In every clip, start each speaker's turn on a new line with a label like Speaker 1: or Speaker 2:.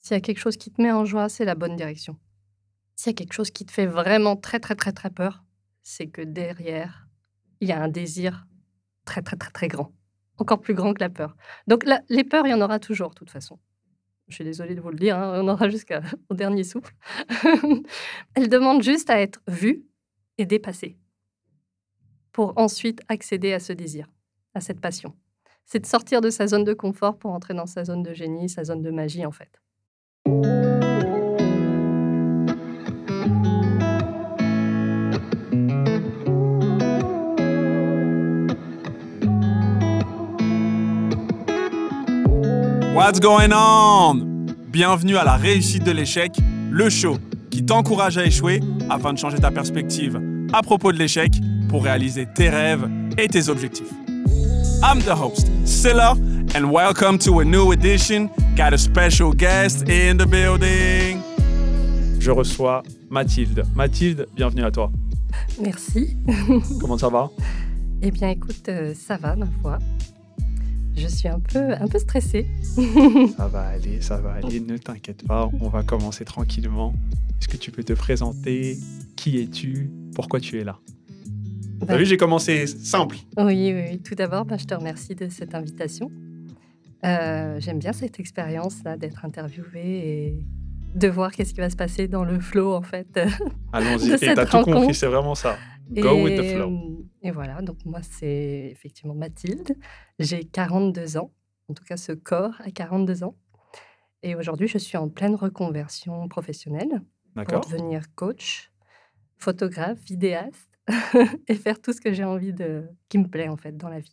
Speaker 1: S'il y a quelque chose qui te met en joie, c'est la bonne direction. S'il y a quelque chose qui te fait vraiment très, très, très, très peur, c'est que derrière, il y a un désir très, très, très, très grand. Encore plus grand que la peur. Donc la les peurs, il y en aura toujours, de toute façon. Je suis désolée de vous le dire, hein, on aura jusqu'à au dernier souffle. Elles demandent juste à être vues et dépassées pour ensuite accéder à ce désir, à cette passion. C'est de sortir de sa zone de confort pour entrer dans sa zone de génie, sa zone de magie, en fait.
Speaker 2: What's going on? Bienvenue à la réussite de l'échec, le show qui t'encourage à échouer afin de changer ta perspective à propos de l'échec pour réaliser tes rêves et tes objectifs. I'm the host, Silla, and welcome to a new edition. Got a special guest in the building. Je reçois Mathilde. Mathilde, bienvenue à toi.
Speaker 1: Merci.
Speaker 2: Comment ça va?
Speaker 1: Eh bien, écoute, ça va, ma foi. Je suis un peu stressée.
Speaker 2: Ça va aller, ne t'inquiète pas, on va commencer tranquillement. Est-ce que tu peux te présenter? Qui es-tu? Pourquoi tu es là? T'as vu, j'ai commencé simple.
Speaker 1: Oui. Tout d'abord, je te remercie de cette invitation. J'aime bien cette expérience-là d'être interviewée et de voir qu'est-ce qui va se passer dans le flow, en fait,
Speaker 2: Allons-y,
Speaker 1: de
Speaker 2: et
Speaker 1: cette
Speaker 2: t'as tout
Speaker 1: rencontre.
Speaker 2: compris, c'est vraiment ça. Go with the flow.
Speaker 1: Et voilà, donc moi, c'est effectivement Mathilde. J'ai 42 ans, en tout cas ce corps a 42 ans. Et aujourd'hui, je suis en pleine reconversion professionnelle pour
Speaker 2: D'accord?
Speaker 1: devenir coach, photographe, vidéaste et faire tout ce que j'ai envie qui me plaît en fait dans la vie.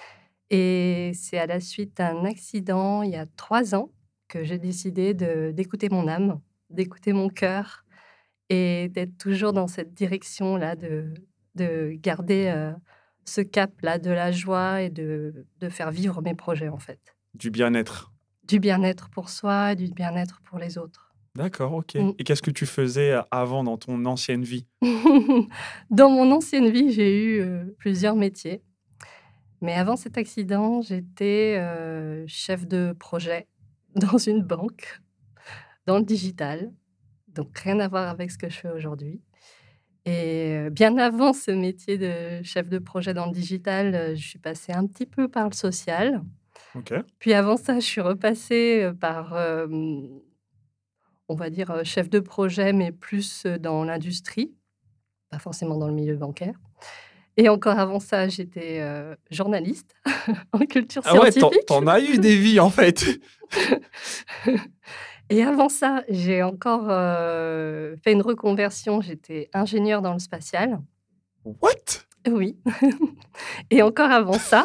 Speaker 1: Et c'est à la suite d'un accident il y a 3 ans que j'ai décidé d'écouter mon âme, d'écouter mon cœur et d'être toujours dans cette direction-là de garder, ce cap-là de la joie et de faire vivre mes projets, en fait.
Speaker 2: Du bien-être.
Speaker 1: Du bien-être pour soi et du bien-être pour les autres.
Speaker 2: D'accord, ok.
Speaker 1: Mmh.
Speaker 2: Et qu'est-ce que tu faisais avant dans ton ancienne vie?
Speaker 1: Dans mon ancienne vie, j'ai eu, plusieurs métiers, mais avant cet accident, j'étais, chef de projet dans une banque, dans le digital, donc rien à voir avec ce que je fais aujourd'hui. Et bien avant ce métier de chef de projet dans le digital, je suis passée un petit peu par le social.
Speaker 2: Ok.
Speaker 1: Puis avant ça, je suis repassée, par, on va dire, chef de projet, mais plus, dans l'industrie, pas forcément dans le milieu bancaire. Et encore avant ça, j'étais, journaliste en culture
Speaker 2: Ah ouais,
Speaker 1: scientifique.
Speaker 2: t'en as eu des vies en fait.
Speaker 1: Et avant ça, j'ai encore, fait une reconversion, j'étais ingénieure dans le spatial.
Speaker 2: What?
Speaker 1: Oui. Et encore avant ça,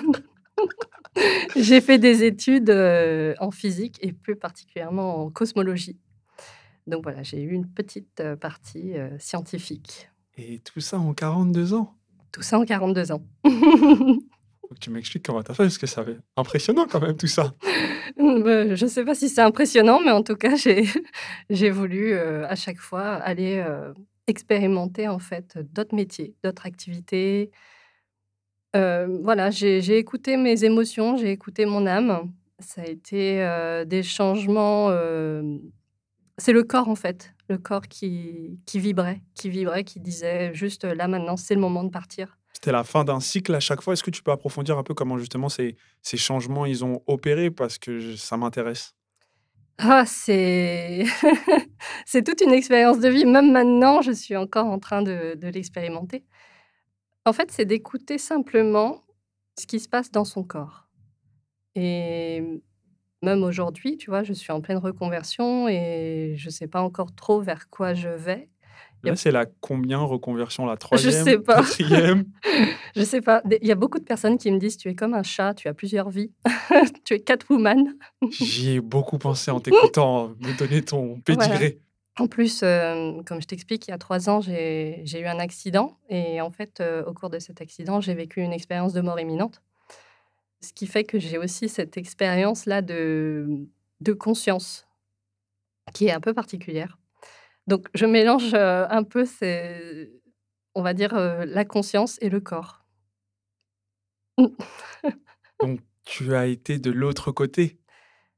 Speaker 1: j'ai fait des études, en physique et plus particulièrement en cosmologie. Donc voilà, j'ai eu une petite, partie, scientifique.
Speaker 2: Et tout ça en 42 ans?
Speaker 1: Tout ça en 42 ans.
Speaker 2: Faut que tu m'expliques comment t'as fait, parce que ça va être impressionnant quand même tout ça.
Speaker 1: Je ne sais pas si c'est impressionnant, mais en tout cas, j'ai j'ai voulu, à chaque fois aller, expérimenter en fait, d'autres métiers, d'autres activités. Voilà, j'ai écouté mes émotions, j'ai écouté mon âme. Ça a été, des changements, c'est le corps en fait, le corps qui vibrait, qui disait juste: «Là maintenant, c'est le moment de partir».
Speaker 2: C'était la fin d'un cycle à chaque fois. Est-ce que tu peux approfondir un peu comment justement ces changements ils ont opéré? Parce que ça m'intéresse.
Speaker 1: Ah, c'est c'est toute une expérience de vie. Même maintenant, je suis encore en train de l'expérimenter. En fait, c'est d'écouter simplement ce qui se passe dans son corps et même aujourd'hui, tu vois, je suis en pleine reconversion et je ne sais pas encore trop vers quoi je vais. Il y a
Speaker 2: Là, c'est la combien reconversion? La
Speaker 1: Je sais
Speaker 2: troisième,
Speaker 1: pas,
Speaker 2: quatrième?
Speaker 1: je sais pas. Il y a beaucoup de personnes qui me disent: «Tu es comme un chat, tu as plusieurs vies, tu es Catwoman».
Speaker 2: J'y ai beaucoup pensé en t'écoutant me donner ton
Speaker 1: Voilà.
Speaker 2: pédigré.
Speaker 1: En plus, comme je t'explique, il y a 3 ans, j'ai eu un accident et en fait, au cours de cet accident, j'ai vécu une expérience de mort imminente. Ce qui fait que j'ai aussi cette expérience-là de conscience qui est un peu particulière. Donc je mélange, un peu on va dire, la conscience et le corps. Mmh.
Speaker 2: Donc tu as été de l'autre côté?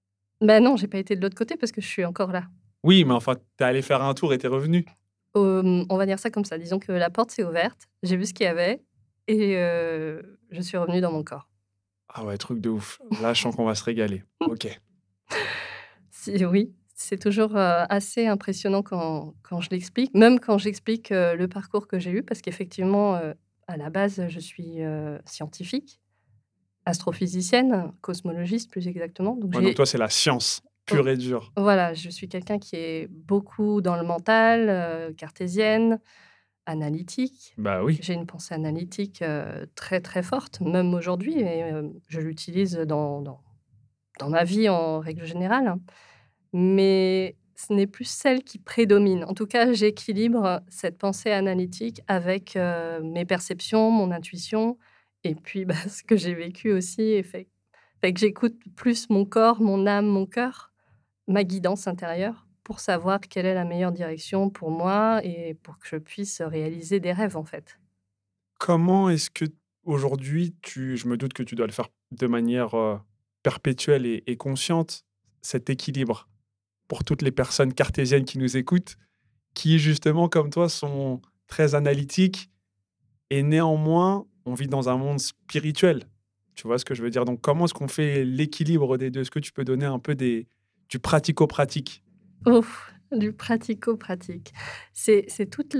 Speaker 1: Ben non, j'ai pas été de l'autre côté parce que je suis encore là.
Speaker 2: Oui, mais enfin, tu es allé faire un tour et tu es revenue.
Speaker 1: On va dire ça comme ça. Disons que la porte s'est ouverte, j'ai vu ce qu'il y avait et je suis revenue dans mon corps.
Speaker 2: Ah ouais, truc de ouf. Là, je sens qu'on va se régaler. OK.
Speaker 1: Si oui, c'est toujours, assez impressionnant quand je l'explique, même quand j'explique, le parcours que j'ai eu parce qu'effectivement, à la base, je suis, scientifique, astrophysicienne, cosmologiste plus exactement, donc
Speaker 2: Ouais, donc
Speaker 1: j'ai
Speaker 2: toi, c'est la science
Speaker 1: oh,
Speaker 2: pure et dure.
Speaker 1: voilà, je suis quelqu'un qui est beaucoup dans le mental, cartésienne, analytique.
Speaker 2: Bah oui.
Speaker 1: J'ai une pensée analytique, très, très forte, même aujourd'hui et je l'utilise dans ma vie en règle générale, hein. Mais ce n'est plus celle qui prédomine. En tout cas, j'équilibre cette pensée analytique avec, mes perceptions, mon intuition et puis, bah, ce que j'ai vécu aussi et fait que j'écoute plus mon corps, mon âme, mon cœur, ma guidance intérieure pour savoir quelle est la meilleure direction pour moi et pour que je puisse réaliser des rêves, en fait.
Speaker 2: Comment est-ce que aujourd'hui, je me doute que tu dois le faire de manière, perpétuelle et consciente, cet équilibre pour toutes les personnes cartésiennes qui nous écoutent, qui justement comme toi sont très analytiques et néanmoins, on vit dans un monde spirituel. Tu vois ce que je veux dire? Donc comment est-ce qu'on fait l'équilibre des 2? Est-ce que tu peux donner un peu du pratico-pratique?
Speaker 1: Ouf, du pratico-pratique. C'est toute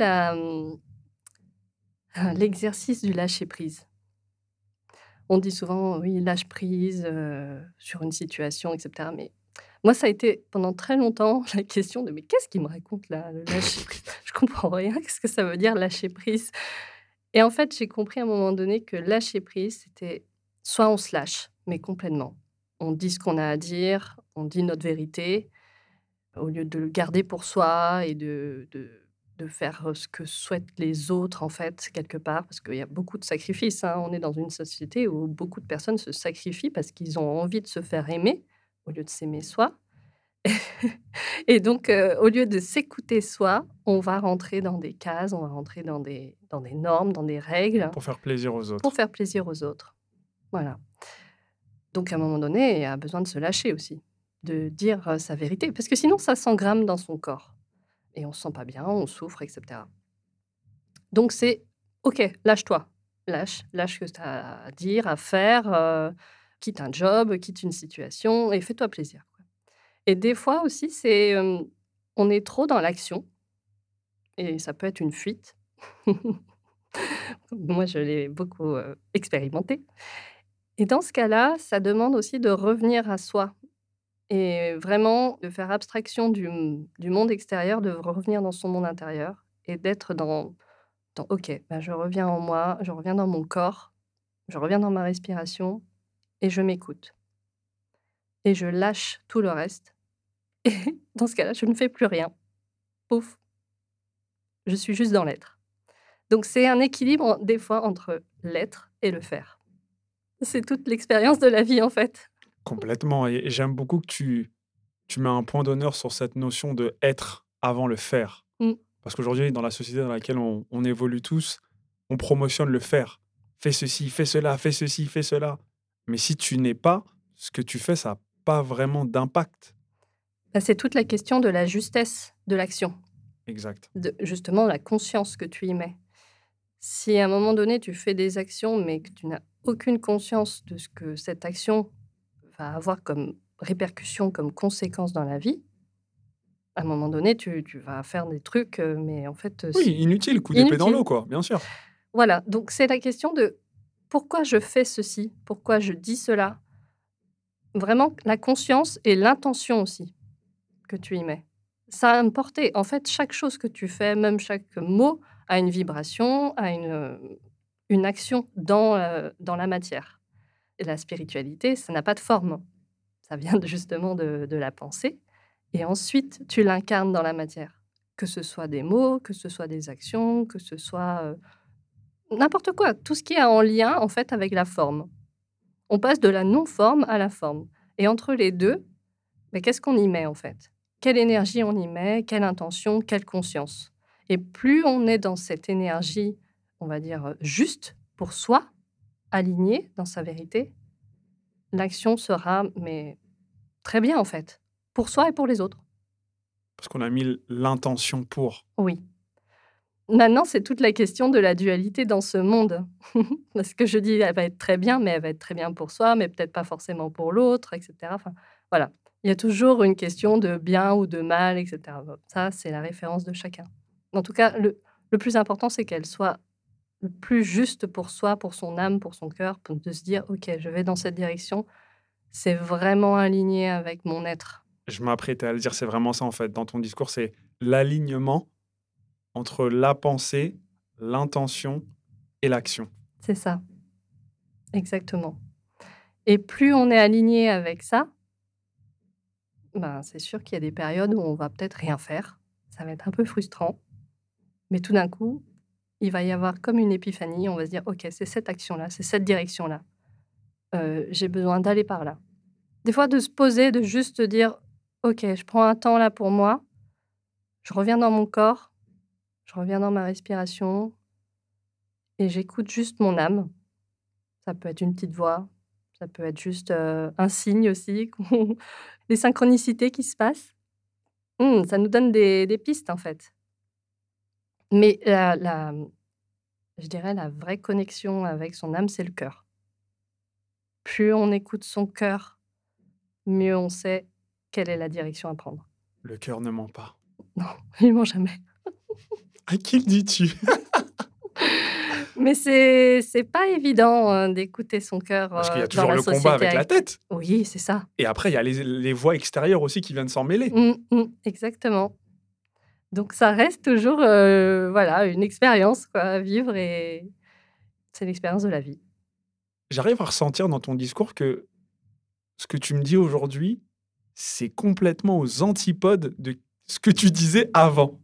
Speaker 1: l'exercice du lâcher prise. On dit souvent: «Oui, lâche prise, sur une situation» et cetera, mais moi, ça a été pendant très longtemps la question de: «Mais qu'est-ce qu'il me raconte là, le lâcher prise? Je comprends rien, qu'est-ce que ça veut dire lâcher prise?» Et en fait, j'ai compris à un moment donné que lâcher prise, c'était soit on se lâche, mais complètement. On dit ce qu'on a à dire, on dit notre vérité, au lieu de le garder pour soi et de faire, ce que souhaitent les autres, en fait, quelque part. Parce qu'il y a beaucoup de sacrifices, hein. On est dans une société où beaucoup de personnes se sacrifient parce qu'ils ont envie de se faire aimer, au lieu de s'aimer soi. Et donc, au lieu de s'écouter soi, on va rentrer dans des cases, on va rentrer dans des normes, dans des règles,
Speaker 2: Pour faire plaisir aux
Speaker 1: pour
Speaker 2: autres.
Speaker 1: faire plaisir aux autres. Voilà. Donc à un moment donné, il y a besoin de se lâcher aussi, de dire, sa vérité, parce que sinon ça s'engramme dans son corps et on se sent pas bien, on souffre et cetera. Donc c'est: «OK, lâche-toi, lâche ce que tu as à dire, à faire, quitte un job, quitte une situation et fais-toi plaisir, quoi». Et des fois aussi, c'est, on est trop dans l'action et ça peut être une fuite. Moi, je l'ai beaucoup, expérimenté et dans ce cas-là, ça demande aussi de revenir à soi et vraiment de faire abstraction du monde extérieur, de revenir dans son monde intérieur et d'être dans: «OK, bah, je reviens en moi, je reviens dans mon corps, je reviens dans ma respiration et je m'écoute et je lâche tout le reste» et dans ce cas-là, je ne fais plus rien. Pouf, je suis juste dans l'être. Donc c'est un équilibre, des fois, entre l'être et le faire. C'est toute l'expérience de la vie, en fait.
Speaker 2: Complètement et j'aime beaucoup que tu mets un point d'honneur sur cette notion de être avant le faire.
Speaker 1: Mmh.
Speaker 2: Parce qu'aujourd'hui, dans la société dans laquelle on évolue tous, on promotionne le faire. Fais ceci, fais cela, fais ceci, fais cela. Mais si tu n'es pas, ce que tu fais, ça a pas vraiment d'impact.
Speaker 1: Bah, c'est toute la question de la justesse de l'action,
Speaker 2: Exact.
Speaker 1: de justement la conscience que tu y mets. Si à un moment donné, tu fais des actions, mais que tu n'as aucune conscience de ce que cette action va avoir comme répercussion, comme conséquence dans la vie, à un moment donné, tu vas faire des trucs, mais en fait,
Speaker 2: Oui,
Speaker 1: c'est
Speaker 2: inutile, coup d'épée dans
Speaker 1: inutile.
Speaker 2: l'eau, quoi, bien sûr.
Speaker 1: Voilà, donc c'est la question de: «Pourquoi je fais ceci? Pourquoi je dis cela?» Vraiment la conscience et l'intention aussi que tu y mets. Ça a une portée. En fait, chaque chose que tu fais, même chaque mot, a une vibration, a une action dans la matière. Et la spiritualité, ça n'a pas de forme. Ça vient justement de la pensée et ensuite tu l'incarnes dans la matière. Que ce soit des mots, que ce soit des actions, que ce soit, n'importe quoi, tout ce qui est en lien, en fait, avec la forme. On passe de la non-forme à la forme et entre les 2, mais qu'est-ce qu'on y met, en fait? Quelle énergie on y met? Quelle intention? Quelle conscience? Et plus on est dans cette énergie, on va dire, juste pour soi, alignée dans sa vérité, l'action sera mais très bien, en fait, pour soi et pour les autres.
Speaker 2: Parce qu'on a mis l'intention pour.
Speaker 1: Oui. Maintenant, c'est toute la question de la dualité dans ce monde. Parce que je dis: «Elle va être très bien», mais elle va être très bien pour soi, mais peut-être pas forcément pour l'autre et cetera. Enfin, voilà. Il y a toujours une question de bien ou de mal et cetera. Bon, ça, c'est la référence de chacun. En tout cas, le plus important, c'est qu'elle soit le plus juste pour soi, pour son âme, pour son cœur, pour de se dire: «OK, je vais dans cette direction, c'est vraiment aligné avec mon être».
Speaker 2: Je m'apprêtais à le dire, c'est vraiment ça en fait. Dans ton discours, c'est l'alignement entre la pensée, l'intention et l'action.
Speaker 1: C'est ça, exactement. Et plus on est aligné avec ça, ben, c'est sûr qu'il y a des périodes où on va peut-être rien faire. Ça va être un peu frustrant, mais tout d'un coup, il va y avoir comme une épiphanie. On va se dire: «OK, c'est cette action-là, c'est cette direction-là. J'ai besoin d'aller par là». Des fois, de se poser, de juste dire: «OK, je prends un temps là pour moi, je reviens dans mon corps, je reviens dans ma respiration et j'écoute juste mon âme». Ça peut être une petite voix, ça peut être juste, un signe aussi qu'on des synchronicités qui se passent. Ça nous donne des pistes, en fait. Mais je dirais la vraie connexion avec son âme, c'est le cœur. Plus on écoute son cœur, mieux on sait quelle est la direction à prendre.
Speaker 2: Le cœur ne ment pas.
Speaker 1: Non, il ment jamais.
Speaker 2: À qui le dis-tu?
Speaker 1: Mais c'est pas évident, d'écouter son cœur,
Speaker 2: Parce qu'il y a
Speaker 1: dans
Speaker 2: toujours
Speaker 1: la
Speaker 2: le combat
Speaker 1: société
Speaker 2: avec la
Speaker 1: actuelle.
Speaker 2: tête.
Speaker 1: Oui, c'est ça.
Speaker 2: Et après, il y a les voix extérieures aussi qui viennent s'en mêler.
Speaker 1: Exactement. Donc ça reste toujours, voilà, une expérience quoi à vivre et c'est l'expérience de la vie.
Speaker 2: J'arrive à ressentir dans ton discours que ce que tu me dis aujourd'hui, c'est complètement aux antipodes de ce que tu disais avant.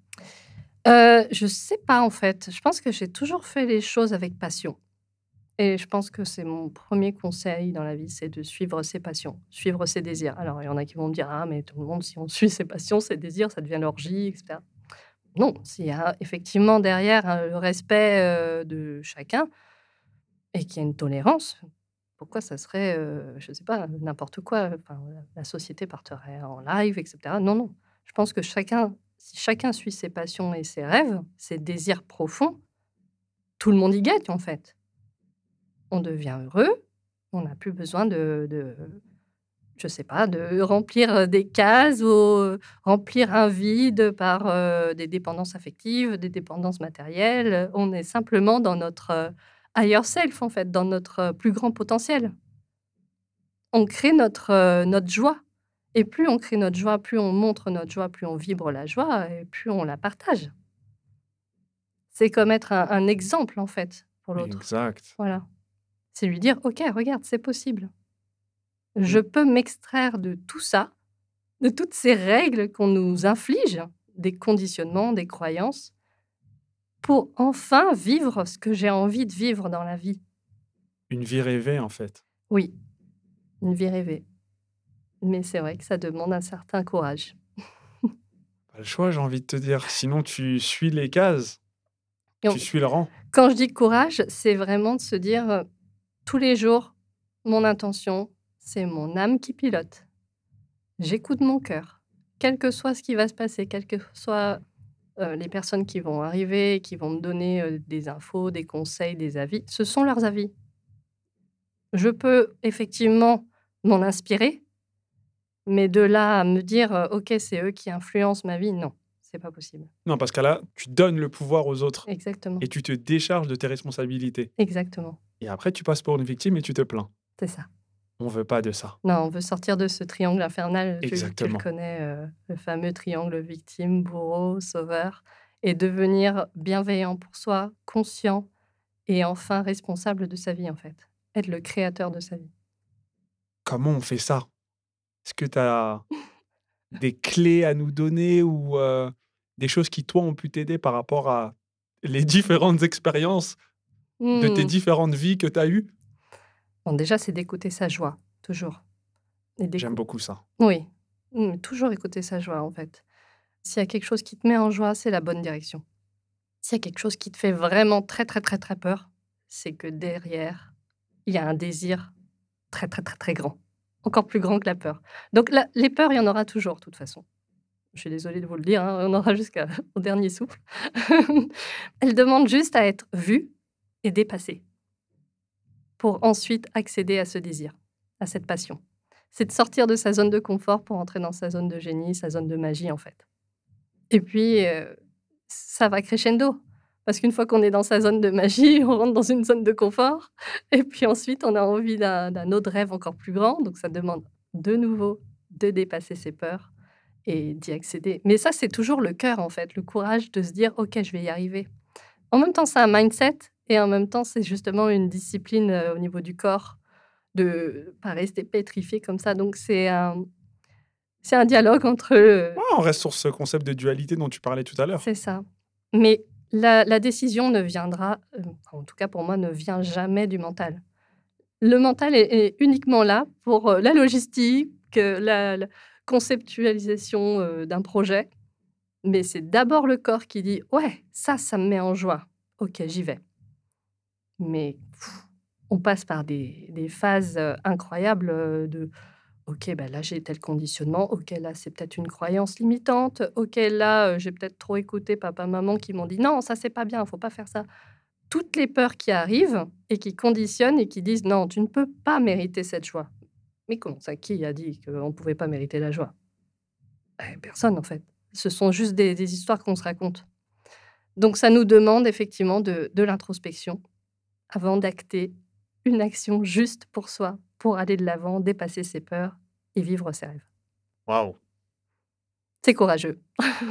Speaker 1: Je sais pas en fait. Je pense que j'ai toujours fait les choses avec passion et je pense que c'est mon premier conseil dans la vie, c'est de suivre ses passions, suivre ses désirs. Alors il y en a qui vont me dire: «Ah mais tout le monde si on suit ses passions, ses désirs, ça devient l'orgie et cetera». Non, s'il y a effectivement derrière, le respect, de chacun et qu'il y a une tolérance, pourquoi ça serait, je sais pas, n'importe quoi, enfin, la société partirait en live et cetera. Non, non. Je pense que chacun si chacun suit ses passions et ses rêves, ses désirs profonds, tout le monde y gagne, en fait. On devient heureux, on n'a plus besoin de je sais pas, de remplir, des cases ou, remplir un vide par, des dépendances affectives, des dépendances matérielles. On est simplement dans notre, higher self, en fait, dans notre, plus grand potentiel. On crée notre joie et plus on crée notre joie, plus on montre notre joie, plus on vibre la joie et plus on la partage. C'est comme être un exemple, en fait, pour l'autre.
Speaker 2: Exact.
Speaker 1: Voilà. C'est lui dire: «OK, regarde, c'est possible. Je
Speaker 2: Mmh.
Speaker 1: peux m'extraire de tout ça, de toutes ces règles qu'on nous inflige, des conditionnements, des croyances, pour enfin vivre ce que j'ai envie de vivre dans la vie».
Speaker 2: Une vie rêvée, en fait.
Speaker 1: Oui, une vie rêvée. Mais c'est vrai que ça demande un certain courage.
Speaker 2: Pas le choix, j'ai envie de te dire. Sinon, tu suis les cases,
Speaker 1: Et
Speaker 2: tu suis le rang.
Speaker 1: quand je dis courage, c'est vraiment de se dire, tous les jours, mon intention, c'est mon âme qui pilote. J'écoute mon cœur. Quel que soit ce qui va se passer, quelles que soient, les personnes qui vont arriver, qui vont me donner, des infos, des conseils, des avis, ce sont leurs avis. Je peux effectivement m'en inspirer, mais de là à me dire, «OK, c'est eux qui influencent ma vie», non, c'est pas possible.
Speaker 2: Non, parce que là, tu donnes le pouvoir aux autres
Speaker 1: Exactement,
Speaker 2: et tu te décharges de tes responsabilités.
Speaker 1: exactement,
Speaker 2: Et après, tu passes pour une victime et tu te plains.
Speaker 1: c'est ça.
Speaker 2: On veut pas de ça.
Speaker 1: Non, on veut sortir de ce triangle infernal, tu le
Speaker 2: Exactement.
Speaker 1: connais, le fameux triangle victime, bourreau, sauveur et devenir bienveillant pour soi, conscient et enfin responsable de sa vie, en fait. Être le créateur de sa vie.
Speaker 2: Comment on fait ça? Est-ce que tu as des clés à nous donner ou des choses qui, toi, ont pu t'aider par rapport à les différentes expériences de tes
Speaker 1: Mmh.
Speaker 2: différentes vies que tu as eues?
Speaker 1: Bon, déjà, c'est d'écouter sa joie, toujours et
Speaker 2: J'aime beaucoup ça.
Speaker 1: oui, toujours écouter sa joie, en fait. S'il y a quelque chose qui te met en joie, c'est la bonne direction. S'il y a quelque chose qui te fait vraiment très, très, très, très peur, c'est que derrière, il y a un désir très, très, très, très grand. encore plus grand que la peur. Donc les peurs, il y en aura toujours, de toute façon. Je suis désolée de vous le dire, hein, on aura jusqu'au dernier souffle. Elles demandent juste à être vues et dépassées pour ensuite accéder à ce désir, à cette passion. C'est de sortir de sa zone de confort pour entrer dans sa zone de génie, sa zone de magie, en fait. Et puis, ça va crescendo. Parce qu'une fois qu'on est dans sa zone de magie, on rentre dans une zone de confort et puis ensuite on a envie d'un autre rêve encore plus grand, donc ça demande de nouveau de dépasser ses peurs et d'y accéder. Mais ça, c'est toujours le cœur, en fait, le courage de se dire: «OK, je vais y arriver». En même temps, c'est un mindset et en même temps, c'est justement une discipline, au niveau du corps, de pas rester pétrifié comme ça. Donc c'est un dialogue entre,
Speaker 2: Ouais, on reste sur ce concept de dualité dont tu parlais tout à l'heure.
Speaker 1: c'est ça. Mais la décision ne viendra, en tout cas pour moi, ne vient jamais du mental. Le mental est uniquement là pour, la logistique, la conceptualisation, d'un projet. Mais c'est d'abord le corps qui dit: «Ouais, ça me met en joie. OK, j'y vais». Mais on passe par des phases, incroyables, de OK, bah, là, j'ai tel conditionnement. OK, là, c'est peut-être une croyance limitante. OK, là, j'ai peut-être trop écouté papa, maman qui m'ont dit: «Non, ça, c'est pas bien, faut pas faire ça». Toutes les peurs qui arrivent et qui conditionnent et qui disent: «Non, tu ne peux pas mériter cette joie». Mais comment ça? Qui a dit qu'on ne pouvait pas mériter la joie? Personne, en fait. Ce sont juste des histoires qu'on se raconte. Donc ça nous demande effectivement de l'introspection avant d'acter une action juste pour soi, pour aller de l'avant, dépasser ses peurs et vivre ses rêves.
Speaker 2: Waouh!
Speaker 1: C'est courageux.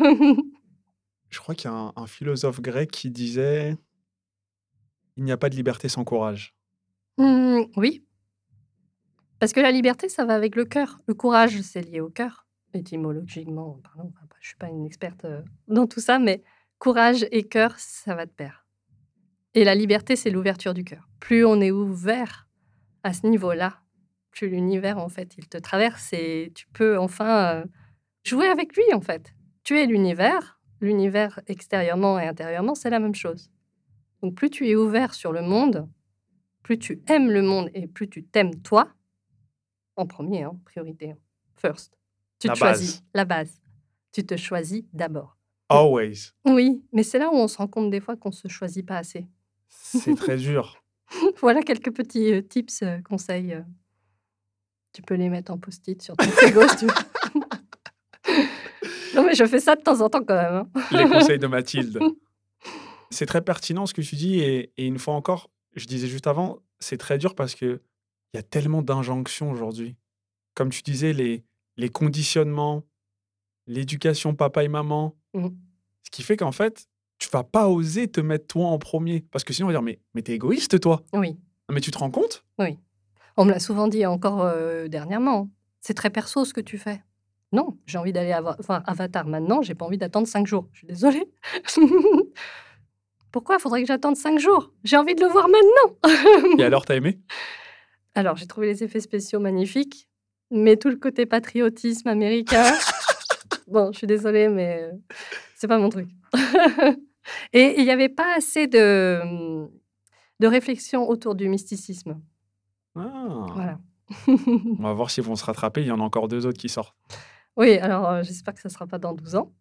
Speaker 2: Je crois qu'il y a un philosophe grec qui disait: «Il n'y a pas de liberté sans courage».
Speaker 1: Oui, parce que la liberté, ça va avec le cœur. Le courage, c'est lié au cœur, étymologiquement parlant. Enfin, je suis pas une experte, dans tout ça, mais courage et cœur, ça va de pair. Et la liberté, c'est l'ouverture du cœur. Plus on est ouvert à ce niveau-là, plus l'univers, en fait, il te traverse et tu peux enfin, jouer avec lui, en fait. Tu es l'univers extérieurement et intérieurement, c'est la même chose. Donc plus tu es ouvert sur le monde, plus tu aimes le monde et plus tu t'aimes toi, en premier, hein, priorité, hein, first. Tu
Speaker 2: La
Speaker 1: te choisis,
Speaker 2: base.
Speaker 1: la base. Tu te choisis d'abord. Et
Speaker 2: Always.
Speaker 1: oui, mais c'est là où on se rend compte des fois qu'on se choisit pas assez.
Speaker 2: C'est très dur.
Speaker 1: Voilà quelques petits, tips, conseils, tu peux les mettre en post-it sur ton frigo si tu veux. Non, mais je fais ça de temps en temps quand même,
Speaker 2: Les
Speaker 1: hein.
Speaker 2: conseils de Mathilde. C'est très pertinent ce que tu dis et une fois encore, je disais juste avant, c'est très dur parce qu'il y a tellement d'injonctions aujourd'hui. Comme tu disais, les conditionnements, l'éducation papa et maman,
Speaker 1: Mmh.
Speaker 2: ce qui fait qu'en fait, tu vas pas oser te mettre toi en premier parce que sinon on va dire: «Mais tu égoïste toi!
Speaker 1: Oui,
Speaker 2: Mais tu te rends compte?»
Speaker 1: oui. On me l'a souvent dit encore, dernièrement. «C'est très perso ce que tu fais». Non, j'ai envie d'aller Avatar maintenant, j'ai pas envie d'attendre 5 jours. Je suis désolée. Pourquoi faudrait que j'attende 5 jours? J'ai envie de le voir
Speaker 2: Et
Speaker 1: maintenant!
Speaker 2: alors, tu as aimé?
Speaker 1: Alors j'ai trouvé les effets spéciaux magnifiques, mais tout le côté patriotisme américain, bon, je suis désolée, mais c'est pas mon truc. Et il y avait pas assez de réflexion autour du mysticisme.
Speaker 2: Ah!
Speaker 1: Voilà.
Speaker 2: On va voir s'ils vont se rattraper, il y en a encore 2 autres qui sortent.
Speaker 1: Oui, alors, j'espère que ça sera pas dans 12 ans.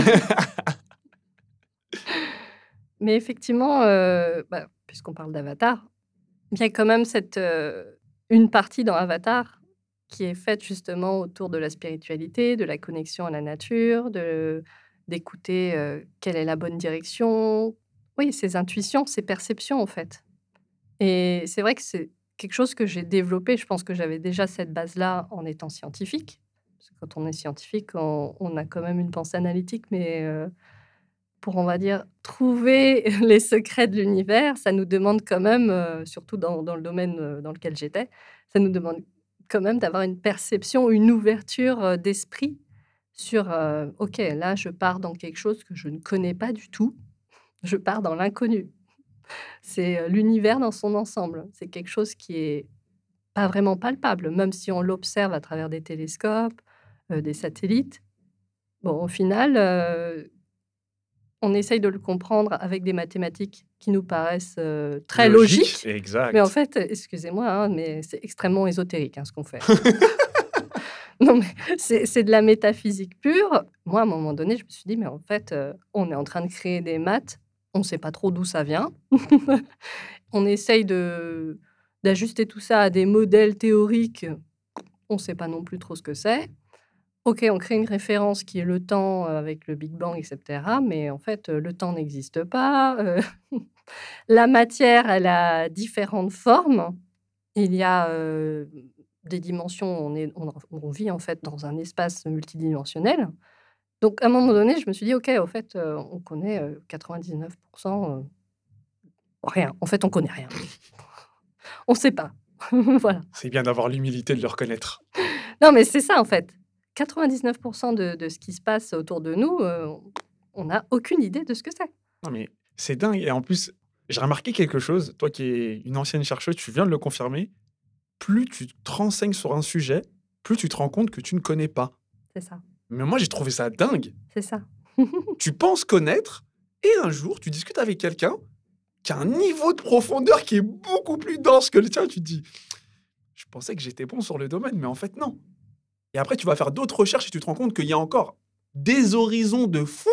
Speaker 1: Mais effectivement, bah, puisqu'on parle d'Avatar, il y a quand même une partie dans Avatar qui est faite justement autour de la spiritualité, de la connexion à la nature, d'écouter, quelle est la bonne direction. Oui, ses intuitions, ses perceptions, en fait. Et c'est vrai que c'est quelque chose que j'ai développé. Je pense que j'avais déjà cette base-là en étant scientifique. Parce que quand on est scientifique, on a quand même une pensée analytique, mais pour, on va dire, trouver les secrets de l'univers, ça nous demande quand même, surtout dans le domaine, dans lequel j'étais, ça nous demande quand même d'avoir une perception, une ouverture, d'esprit sur, «OK, là, je pars dans quelque chose que je ne connais pas du tout. Je pars dans l'inconnu». C'est, l'univers dans son ensemble. C'est quelque chose qui est pas vraiment palpable, même si on l'observe à travers des télescopes, des satellites. Bon, au final, on essaye de le comprendre avec des mathématiques qui nous paraissent, très
Speaker 2: Logique,
Speaker 1: logiques, mais en
Speaker 2: exact.
Speaker 1: fait, excusez-moi, hein, mais c'est extrêmement ésotérique, hein, ce qu'on fait. Non, mais c'est de la métaphysique pure. Moi, à un moment donné, je me suis dit: «Mais en fait, on est en train de créer des maths, on ne sait pas trop d'où ça vient». On essaye d'ajuster tout ça à des modèles théoriques, on ne sait pas non plus trop ce que c'est. OK, on crée une référence qui est le temps, avec le Big Bang et cetera, mais en fait, le temps n'existe pas, la matière, elle a différentes formes. Il y a, des dimensions, on vit en fait dans un espace multidimensionnel. Donc à un moment donné, je me suis dit: «OK, au fait, on connaît, 99 rien. En fait, on connaît rien. On sait pas». Voilà.
Speaker 2: C'est bien d'avoir l'humilité de le reconnaître.
Speaker 1: Non, mais c'est ça en fait. 99 de ce qui se passe autour de nous, on n'a aucune idée de ce que c'est.
Speaker 2: Non, mais c'est dingue et en plus, j'ai remarqué quelque chose, toi qui es une ancienne chercheuse, tu viens de le confirmer, plus tu te renseignes sur un sujet, plus tu te rends compte que tu ne connais pas.
Speaker 1: C'est ça,
Speaker 2: Mais moi, j'ai trouvé ça dingue.
Speaker 1: c'est ça.
Speaker 2: Tu penses connaître et un jour, tu discutes avec quelqu'un qui a un niveau de profondeur qui est beaucoup plus dense que le tien. Tu te dis: «Je pensais que j'étais bon sur le domaine, mais en fait, non». Et après, tu vas faire d'autres recherches et tu te rends compte qu'il y a encore des horizons de fou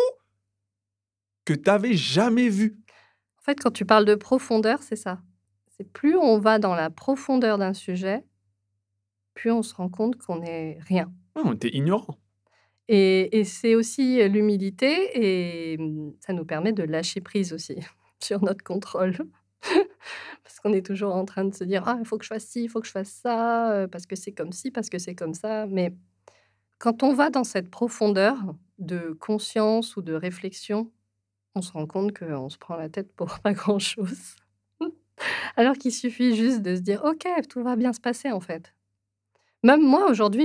Speaker 2: que tu avais jamais vus.
Speaker 1: En fait, quand tu parles de profondeur, c'est ça. C'est plus on va dans la profondeur d'un sujet, plus on se rend compte qu'on n'est rien.
Speaker 2: Ah, on était ignorants.
Speaker 1: Et c'est aussi, l'humilité et ça nous permet de lâcher prise aussi sur notre contrôle. Parce qu'on est toujours en train de se dire: «Ah, il faut que je fasse ci, il faut que je fasse ça, parce que c'est comme ci, parce que c'est comme ça». Mais quand on va dans cette profondeur de conscience ou de réflexion, on se rend compte qu'on se prend la tête pour pas grand-chose. Alors qu'il suffit juste de se dire: «OK, tout va bien se passer, en fait». Même moi, aujourd'hui,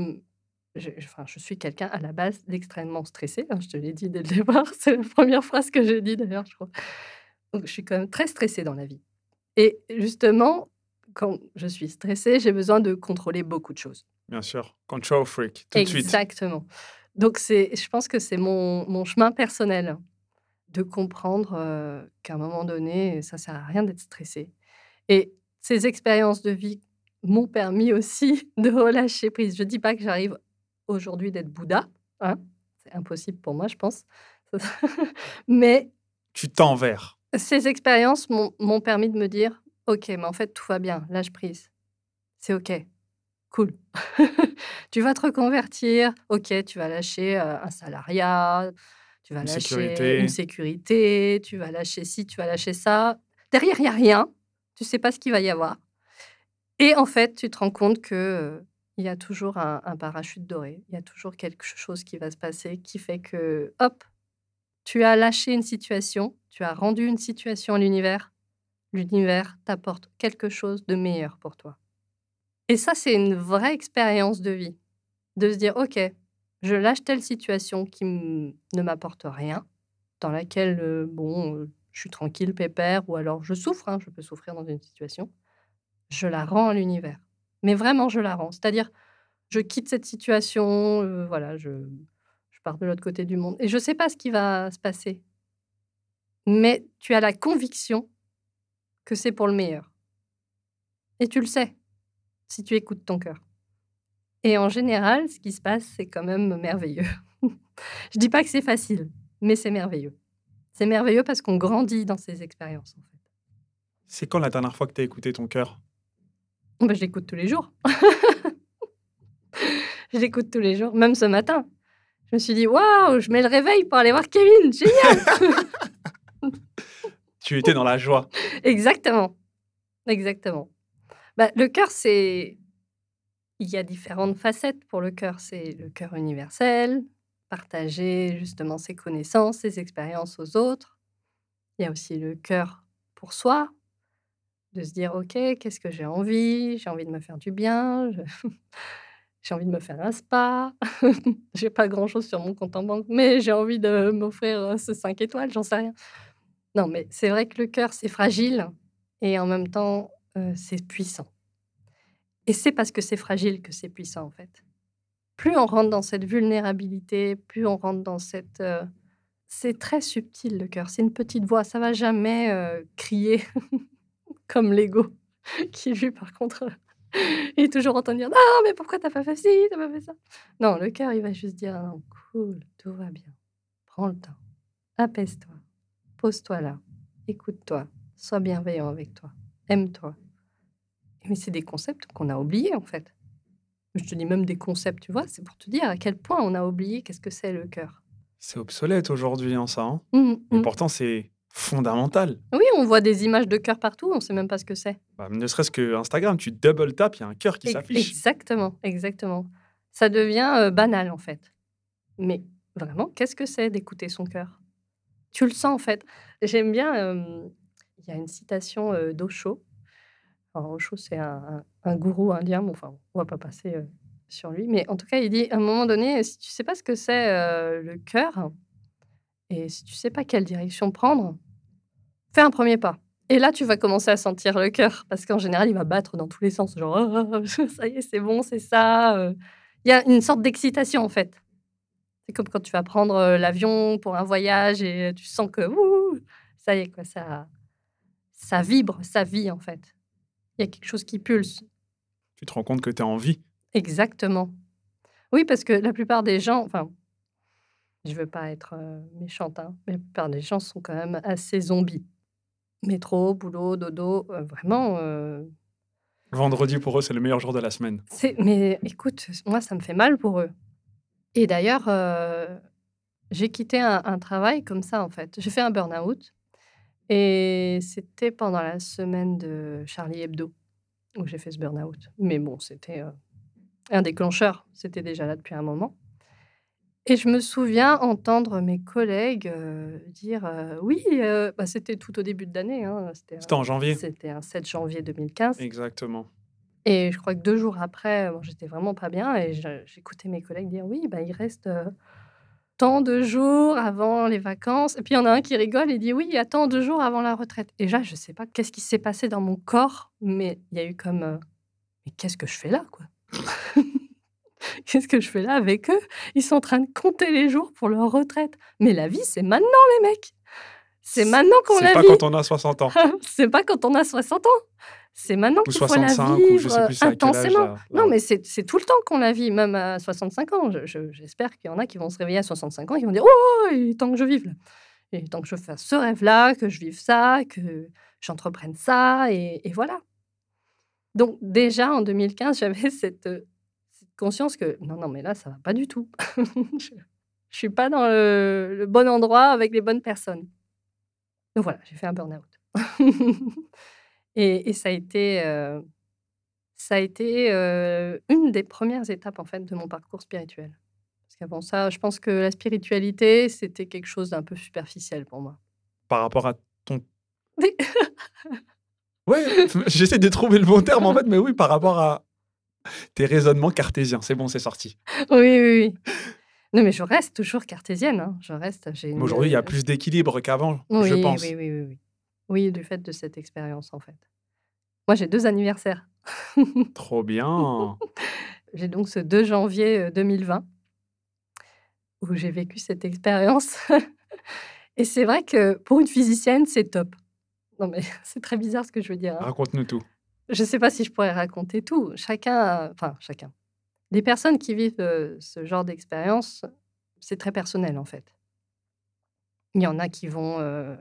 Speaker 1: je suis quelqu'un à la base d'extrêmement stressé, hein, je te l'ai dit dès le départ, c'est la première phrase que j'ai dit d'ailleurs, je crois. Donc je suis quand même très stressée dans la vie et justement, quand je suis stressée, j'ai besoin de contrôler beaucoup de choses.
Speaker 2: Bien sûr, control freak, tout de suite.
Speaker 1: Exactement. Donc je pense que c'est mon chemin personnel de comprendre, qu'à un moment donné, ça sert à rien d'être stressé et ces expériences de vie m'ont permis aussi de relâcher prise. Je dis pas que j'arrive aujourd'hui d'être Bouddha, hein, c'est impossible pour moi, je pense. Mais
Speaker 2: Tu tends vers.
Speaker 1: ces expériences m'ont permis de me dire: «OK, mais en fait, tout va bien, lâche prise. C'est OK, cool. Tu vas te reconvertir, OK, tu vas lâcher, un salariat, tu vas
Speaker 2: Une
Speaker 1: lâcher une
Speaker 2: sécurité.
Speaker 1: sécurité, tu vas lâcher ci, tu vas lâcher ça. Derrière, il y a rien, tu sais pas ce qu'il va y avoir et en fait, tu te rends compte que, il y a toujours un parachute doré. Il y a toujours quelque chose qui va se passer qui fait que, hop, tu as lâché une situation, tu as rendu une situation à l'univers. L'univers t'apporte quelque chose de meilleur pour toi et ça, c'est une vraie expérience de vie. De se dire: «OK, je lâche telle situation qui ne m'apporte rien, dans laquelle, bon, je suis tranquille, pépère ou alors je souffre, hein, je peux souffrir dans une situation. Je la rends à l'univers». Mais vraiment, je la rends. C'est-à-dire, je quitte cette situation, voilà, je pars de l'autre côté du monde et je sais pas ce qui va se passer, mais tu as la conviction que c'est pour le meilleur et tu le sais, si tu écoutes ton cœur et en général, ce qui se passe, c'est quand même merveilleux. Je dis pas que c'est facile, mais c'est merveilleux. C'est merveilleux parce qu'on grandit dans ces expériences, en fait.
Speaker 2: C'est quand la dernière fois que tu as écouté ton cœur?
Speaker 1: Bah, je l'écoute tous les jours. Je l'écoute tous les jours, même ce matin. Je me suis dit: «Waouh, je mets le réveil pour aller voir Kevin, génial!»
Speaker 2: Tu étais dans la joie.
Speaker 1: Exactement, exactement. Bah, le cœur, c'est il y a différentes facettes pour le cœur. C'est le cœur universel, partager justement ses connaissances, ses expériences aux autres. Il y a aussi le cœur pour soi, de se dire: «OK, qu'est-ce que j'ai envie? J'ai envie de me faire du bien, je j'ai envie de me faire un spa. J'ai pas grand-chose sur mon compte en banque, mais j'ai envie de m'offrir, ce 5 étoiles», j'en sais rien. Non, mais c'est vrai que le cœur, c'est fragile et en même temps, c'est puissant et c'est parce que c'est fragile que c'est puissant, en fait. Plus on rentre dans cette vulnérabilité, plus on rentre dans cette, C'est très subtil le cœur, c'est une petite voix, ça va jamais, crier comme l'ego qui lui par contre, est toujours en train de dire: «Non, mais pourquoi t'as pas fait ci, tu pas fait ça?» Non, le cœur, il va juste dire: «Non, cool, tout va bien, prends le temps, apaise-toi, pose-toi là, écoute-toi, sois bienveillant avec toi, aime-toi». Mais c'est des concepts qu'on a oubliés, en fait. Je te dis même des concepts, tu vois? C'est pour te dire à quel point on a oublié qu'est-ce que c'est le cœur.
Speaker 2: C'est obsolète aujourd'hui, hein, ça, hein?
Speaker 1: Mmh
Speaker 2: Et
Speaker 1: mh.
Speaker 2: pourtant, c'est fondamental.
Speaker 1: Oui, on voit des images de cœur partout, on sait même pas ce que c'est.
Speaker 2: Bah, ne serait-ce que Instagram, tu double tap, il y a un cœur qui s'affiche.
Speaker 1: Exactement, exactement. Ça devient, banal, en fait. Mais vraiment, qu'est-ce que c'est d'écouter son cœur? Tu le sens, en fait. J'aime bien, il y a une citation, d'Osho. Alors Osho, c'est un gourou indien, bon, enfin, on va pas passer, sur lui, mais en tout cas, il dit: «À un moment donné, si tu sais pas ce que c'est, le cœur et si tu sais pas quelle direction prendre, fais un premier pas et là, tu vas commencer à sentir le cœur parce qu'en général, il va battre dans tous les sens, genre: «Ah, ça y est, c'est bon, c'est ça», il y a une sorte d'excitation, en fait. C'est comme quand tu vas prendre, l'avion pour un voyage et tu sens que, ouh, ça y est, quoi, ça vibre, ça vit, en fait. Il y a quelque chose qui pulse.
Speaker 2: Tu te rends compte que tu es en vie.
Speaker 1: Exactement. Oui, parce que la plupart des gens, enfin, je veux pas être, méchante, hein, mais la plupart des gens sont quand même assez zombies. Métro, boulot, dodo, vraiment,
Speaker 2: Vendredi, pour eux, c'est le meilleur jour de la semaine.
Speaker 1: mais écoute, moi, ça me fait mal pour eux et d'ailleurs, j'ai quitté un travail comme ça, en fait. J'ai fait un burn-out et c'était pendant la semaine de Charlie Hebdo où j'ai fait ce burn-out. Mais bon, c'était, un déclencheur, c'était déjà là depuis un moment. Et je me souviens entendre mes collègues, dire, «Oui», bah, c'était tout au début de l'année, hein,
Speaker 2: C'était en janvier.
Speaker 1: c'était un 7 janvier 2015
Speaker 2: Exactement.
Speaker 1: et je crois que 2 jours après, bon, j'étais vraiment pas bien et j'écoutais mes collègues dire: «Oui, bah, il reste, tant de jours avant les vacances» et puis il y en a un qui rigole et dit: «Oui, il y a tant de jours avant la retraite» et là, je sais pas qu'est-ce qui s'est passé dans mon corps, mais il y a eu comme, «Mais qu'est-ce que je fais là, quoi?» Qu'est-ce que je fais là avec eux? Ils sont en train de compter les jours pour leur retraite. Mais la vie, c'est maintenant les mecs! C'est maintenant qu'on
Speaker 2: C'est
Speaker 1: la
Speaker 2: pas
Speaker 1: vit!
Speaker 2: quand on a 60 ans
Speaker 1: C'est pas quand on a 60 ans. C'est maintenant
Speaker 2: ou
Speaker 1: qu'il faut la
Speaker 2: 65 ou je
Speaker 1: vivre,
Speaker 2: sais plus c'est à quel âge
Speaker 1: intensément.
Speaker 2: la
Speaker 1: Non, mais c'est tout le temps qu'on la vit, même à 65 ans. J'espère qu'il y en a qui vont se réveiller à 65 ans et qui vont dire: «Oh, il est temps que je vive là. Il est temps que je fasse ce rêve-là, que je vive ça, que j'entreprenne ça» et voilà. Donc déjà en 2015, j'avais cette conscience que non, non, mais là, ça va pas du tout. Je je suis pas dans le bon endroit avec les bonnes personnes. Donc voilà, j'ai fait un burn-out. Et ça a été, une des premières étapes, en fait, de mon parcours spirituel. Parce qu'avant ça, je pense que la spiritualité, c'était quelque chose d'un peu superficiel pour moi.
Speaker 2: par rapport à ton
Speaker 1: Oui.
Speaker 2: ouais, j'essaie de trouver le bon terme, en fait, mais oui, par rapport à tes raisonnements cartésiens. C'est bon, c'est sorti.
Speaker 1: Oui, oui, oui. Non, mais je reste toujours cartésienne, hein. Je reste, j'ai
Speaker 2: Mais
Speaker 1: une,
Speaker 2: aujourd'hui, il y a plus d'équilibre qu'avant, je
Speaker 1: oui, oui,
Speaker 2: pense.
Speaker 1: oui, oui, oui. Oui, du fait de cette expérience, en fait. Moi, j'ai 2 anniversaires.
Speaker 2: Trop bien.
Speaker 1: J'ai donc ce 2 janvier, 2020 où j'ai vécu cette expérience et c'est vrai que pour une physicienne, c'est top. Non, mais c'est très bizarre ce que je veux dire, hein.
Speaker 2: Raconte-nous tout.
Speaker 1: Je sais pas si je pourrais raconter tout. Chacun. Les personnes qui vivent, ce genre d'expérience, c'est très personnel, en fait. Il y en a qui vont,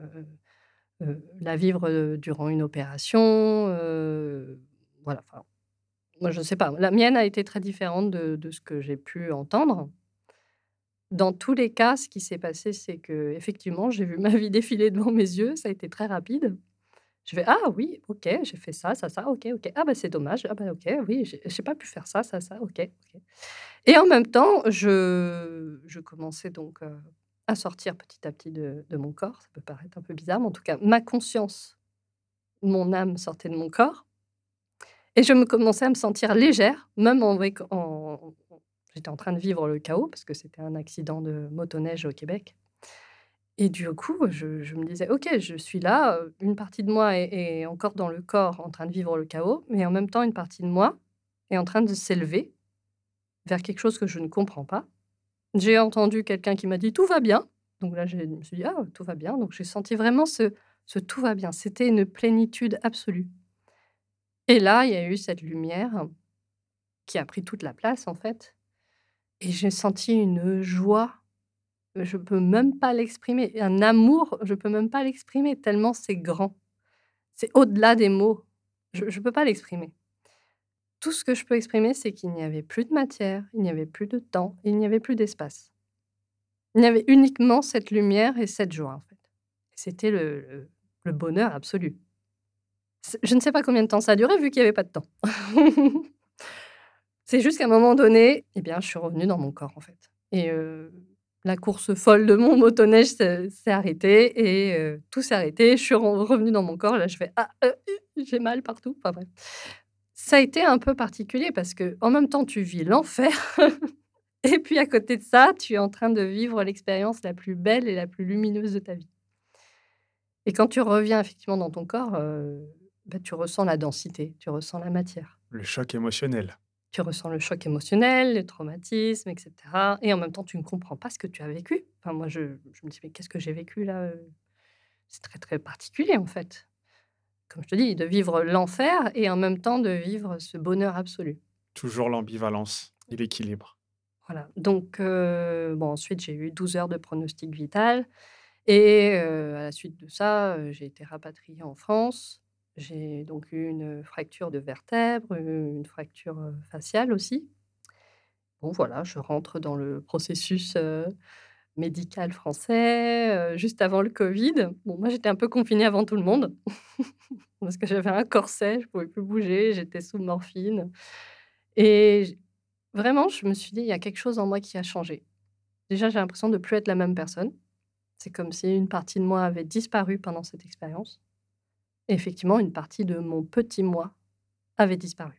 Speaker 1: la vivre, durant une opération, voilà, enfin, moi, je sais pas. La mienne a été très différente de ce que j'ai pu entendre. Dans tous les cas, ce qui s'est passé, c'est que effectivement, j'ai vu ma vie défiler devant mes yeux, ça a été très rapide. Je fais: «Ah oui, OK, j'ai fait ça, ça, ça, OK, OK. Ah bah, c'est dommage. Ah bah, OK, oui, j'ai pas pu faire ça, ça, ça, OK, OK». Et en même temps, je commençais donc, à sortir petit à petit de mon corps. Ça peut paraître un peu bizarre, mais en tout cas, ma conscience, mon âme sortait de mon corps et je me commençais à me sentir légère, même avec j'étais en train de vivre le chaos parce que c'était un accident de motoneige au Québec et du coup, je me disais: «OK, je suis là, une partie de moi est encore dans le corps en train de vivre le chaos, mais en même temps, une partie de moi est en train de s'élever vers quelque chose que je ne comprends pas». J'ai entendu quelqu'un qui m'a dit: «Tout va bien» Donc là, je me suis dit: «Ah, tout va bien». Donc j'ai senti vraiment ce tout va bien. C'était une plénitude absolue et là, il y a eu cette lumière qui a pris toute la place, en fait et j'ai senti une joie, je peux même pas l'exprimer, un amour, je peux même pas l'exprimer tellement c'est grand. C'est au-delà des mots. Je peux pas l'exprimer. Tout ce que je peux exprimer, c'est qu'il n'y avait plus de matière, il n'y avait plus de temps, il n'y avait plus d'espace. Il y avait uniquement cette lumière et cette joie, en fait. C'était le bonheur absolu. Je ne sais pas combien de temps ça a duré vu qu'il y avait pas de temps. C'est juste qu'à un moment donné, eh bien, je suis revenue dans mon corps, en fait et la course folle de mon motoneige s'est arrêtée et tout s'est arrêté. Je suis revenue dans mon corps. Là, je fais: «Ah, j'ai mal partout». Enfin bref. Ça a été un peu particulier parce qu'en même temps, tu vis l'enfer et puis à côté de ça, tu es en train de vivre l'expérience la plus belle et la plus lumineuse de ta vie et quand tu reviens effectivement dans ton corps, bah, tu ressens la densité, tu ressens la matière.
Speaker 2: Le choc émotionnel.
Speaker 1: Tu ressens le choc émotionnel, les traumatismes et cetera et en même temps, tu ne comprends pas ce que tu as vécu. Enfin moi, je me dis: «Mais qu'est-ce que j'ai vécu là?» C'est très, très particulier en fait. Comme je te dis, de vivre l'enfer et en même temps de vivre ce bonheur absolu.
Speaker 2: Toujours l'ambivalence et l'équilibre.
Speaker 1: Voilà, donc bon ensuite j'ai eu 12 heures de pronostic vital et à la suite de ça, j'ai été rapatriée en France. J'ai donc eu une fracture de vertèbre, une fracture, faciale aussi. Bon voilà, je rentre dans le processus, médical français, juste avant le covid. Bon moi j'étais un peu confinée avant tout le monde parce que j'avais un corset, je pouvais plus bouger, j'étais sous morphine et vraiment je me suis dit: «Il y a quelque chose en moi qui a changé». Déjà, j'ai l'impression de plus être la même personne. C'est comme si une partie de moi avait disparu pendant cette expérience et effectivement, une partie de mon petit moi avait disparu.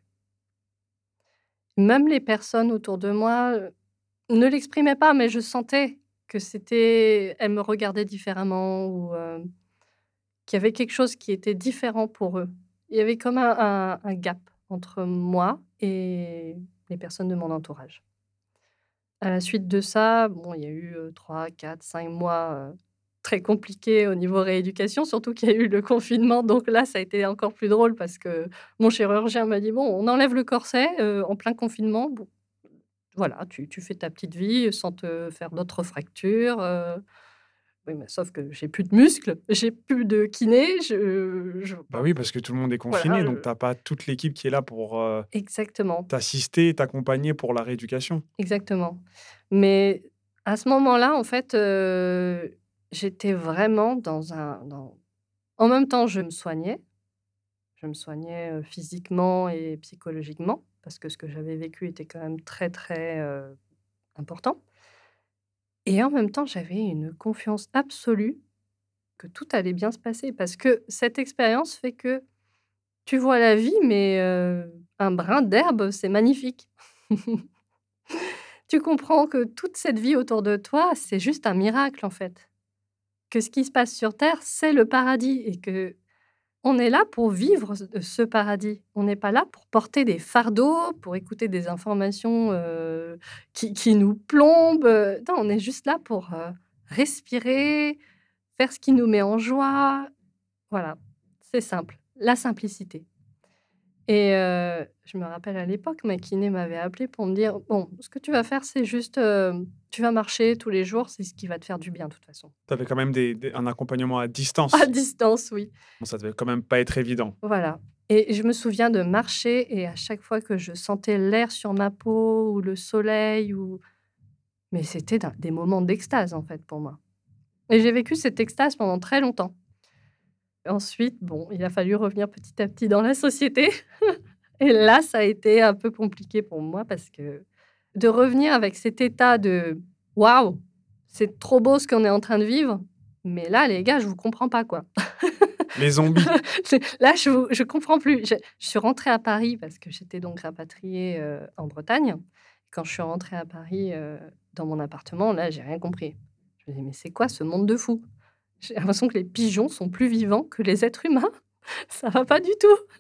Speaker 1: Même les personnes autour de moi, ne l'exprimaient pas, mais je sentais que c'était elles me regardaient différemment ou, qu'il y avait quelque chose qui était différent pour eux. Il y avait comme un gap entre moi et les personnes de mon entourage. À la suite de ça, bon, il y a eu, 3-4-5 mois, très compliqués au niveau rééducation, surtout qu'il y a eu le confinement, donc là, ça a été encore plus drôle parce que mon chirurgien m'a dit: «Bon, on enlève le corset, en plein confinement. Bon, voilà, tu fais ta petite vie sans te faire d'autres fractures», oui, mais sauf que j'ai plus de muscles, j'ai plus de kiné, je
Speaker 2: Bah
Speaker 1: enfin,
Speaker 2: oui, parce que tout le monde est
Speaker 1: voilà,
Speaker 2: confiné, donc tu as pas toute l'équipe qui est là pour,
Speaker 1: exactement.
Speaker 2: t'assister et t'accompagner pour la rééducation.
Speaker 1: Exactement. Mais à ce moment-là, en fait, j'étais vraiment dans en même temps, je me soignais. Je me soignais, physiquement et psychologiquement parce que ce que j'avais vécu était quand même très, très, important et en même temps, j'avais une confiance absolue que tout allait bien se passer parce que cette expérience fait que tu vois la vie, mais un brin d'herbe, c'est magnifique. Tu comprends que toute cette vie autour de toi, c'est juste un miracle, en fait. Que ce qui se passe sur terre, c'est le paradis et que on est là pour vivre ce paradis. On n'est pas là pour porter des fardeaux, pour écouter des informations, qui nous plombent, non, on est juste là pour, respirer, faire ce qui nous met en joie. Voilà, c'est simple, la simplicité. Et je me rappelle à l'époque, ma kiné m'avait appelée pour me dire: «Bon, ce que tu vas faire, c'est juste, tu vas marcher tous les jours, c'est ce qui va te faire du bien de toute façon».
Speaker 2: Tu avais quand même un accompagnement à
Speaker 1: À
Speaker 2: distance.
Speaker 1: distance, oui.
Speaker 2: Bon, ça devait quand même pas être évident.
Speaker 1: Voilà et je me souviens de marcher et à chaque fois que je sentais l'air sur ma peau ou le soleil ou mais c'était des moments d'extase, en fait, pour moi et j'ai vécu cette extase pendant très longtemps. Ensuite, bon, il a fallu revenir petit à petit dans la société et là, ça a été un peu compliqué pour moi parce que de revenir avec cet état de: «Waouh, c'est trop beau ce qu'on est en train de vivre, mais là, les gars, je vous comprends pas, quoi».
Speaker 2: Les zombies.
Speaker 1: Là, je comprends plus. Je suis rentrée à Paris parce que j'étais donc rapatriée, en Bretagne. Quand je suis rentrée à Paris, dans mon appartement, là, j'ai rien compris. Je me dis: «Mais c'est quoi ce monde de fous?» J'ai l'impression que les pigeons sont plus vivants que les êtres humains. Ça va pas du tout.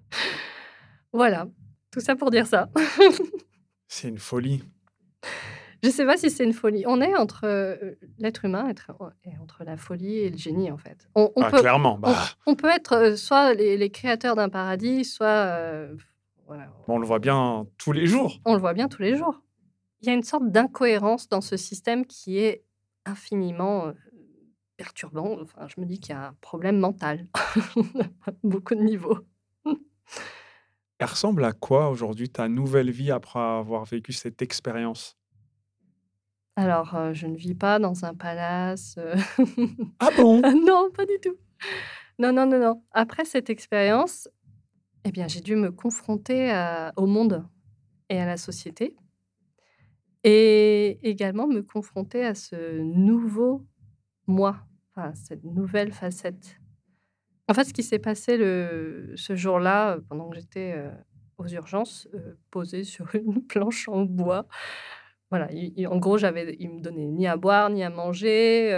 Speaker 1: Voilà, tout ça pour dire ça.
Speaker 2: C'est une folie.
Speaker 1: Je sais pas si c'est une folie. On est entre, l'être humain est entre la folie et le génie, en fait. On
Speaker 2: Ah,
Speaker 1: peut
Speaker 2: clairement,
Speaker 1: on
Speaker 2: bah,
Speaker 1: on peut être, soit les créateurs d'un paradis, soit, voilà,
Speaker 2: on le voit bien tous les jours.
Speaker 1: on le voit bien tous les jours. Il y a une sorte d'incohérence dans ce système qui est infiniment, perturbant. Enfin, je me dis qu'il y a un problème mental à beaucoup de niveaux.
Speaker 2: Elle ressemble à quoi aujourd'hui ta nouvelle vie après avoir vécu cette expérience?
Speaker 1: Alors, je ne vis pas dans un palace,
Speaker 2: Ah bon?
Speaker 1: non, pas du tout. Non, non, non, non. Après cette expérience, eh bien, j'ai dû me confronter au monde et à la société et également me confronter à ce nouveau moi, enfin, cette nouvelle facette. En fait, ce qui s'est passé ce jour-là, pendant que j'étais, aux urgences, posée sur une planche en bois. Voilà, en gros, ils me donnaient ni à boire ni à manger,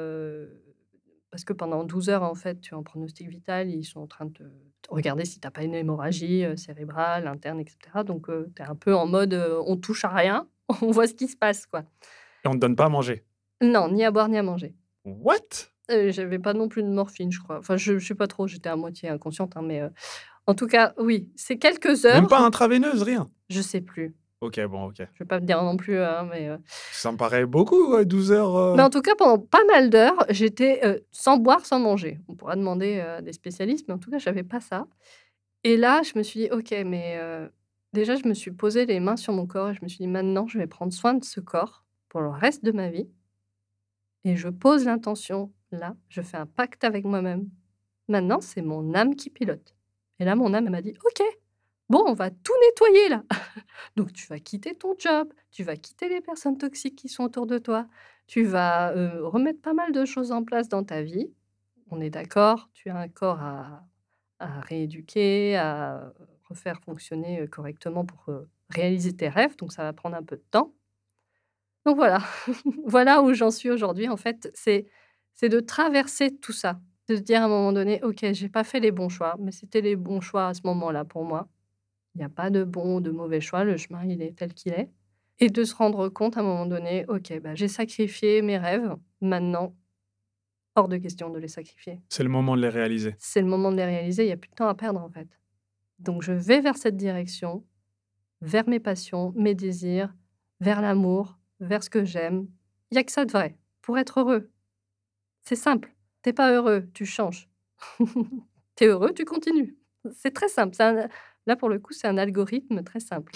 Speaker 1: parce que pendant 12 heures, en fait, tu es en pronostic vital. Ils sont en train de te regarder si tu as pas une hémorragie, cérébrale, interne et cetera. Donc, tu es un peu en mode, on touche à rien, on voit ce qui se passe, quoi.
Speaker 2: Et on te donne pas à manger?
Speaker 1: Non, ni à boire ni à manger.
Speaker 2: What?
Speaker 1: J'avais pas non plus de morphine, je crois. Enfin, je sais pas trop, j'étais à moitié inconsciente, hein, mais, en tout cas, oui, c'est quelques
Speaker 2: Même pas
Speaker 1: heures,
Speaker 2: intraveineuse, rien?
Speaker 1: je sais plus.
Speaker 2: OK, bon, OK.
Speaker 1: Je vais pas te dire non plus, hein, mais,
Speaker 2: Ça me paraît beaucoup, ouais, 12 heures,
Speaker 1: mais en tout cas, pendant pas mal d'heures, j'étais, sans boire, sans manger. On pourra demander, à des spécialistes, mais en tout cas, j'avais pas ça et là, je me suis dit: «OK, mais, déjà, je me suis posé les mains sur mon corps et je me suis dit: «Maintenant, je vais prendre soin de ce corps pour le reste de ma vie et je pose l'intention là, je fais un pacte avec moi-même. Maintenant, c'est mon âme qui pilote» et là, mon âme, elle m'a dit: «OK, bon, on va tout nettoyer là». Donc tu vas quitter ton job, tu vas quitter les personnes toxiques qui sont autour de toi, tu vas, remettre pas mal de choses en place dans ta vie. On est d'accord, tu as un corps à rééduquer, à refaire fonctionner, correctement pour, réaliser tes rêves, donc ça va prendre un peu de temps. Donc voilà, voilà où j'en suis aujourd'hui en fait, c'est de traverser tout ça, de se dire à un moment donné: «OK, j'ai pas fait les bons choix, mais c'était les bons choix à ce moment-là pour moi». Il n'y a pas de bon ou de mauvais choix, le chemin, il est tel qu'il est et de se rendre compte à un moment donné: «OK, bah, j'ai sacrifié mes rêves, maintenant, hors de question de les sacrifier.
Speaker 2: c'est le moment de les réaliser.
Speaker 1: C'est le moment de les réaliser, il y a plus de temps à perdre, en fait». Donc je vais vers cette direction, vers mes passions, mes désirs, vers l'amour, vers ce que j'aime. Il y a que ça de vrai, pour être heureux. C'est simple. Tu es pas heureux, tu changes. Tu es heureux, tu continues. C'est très simple, là, pour le coup, c'est un algorithme très simple.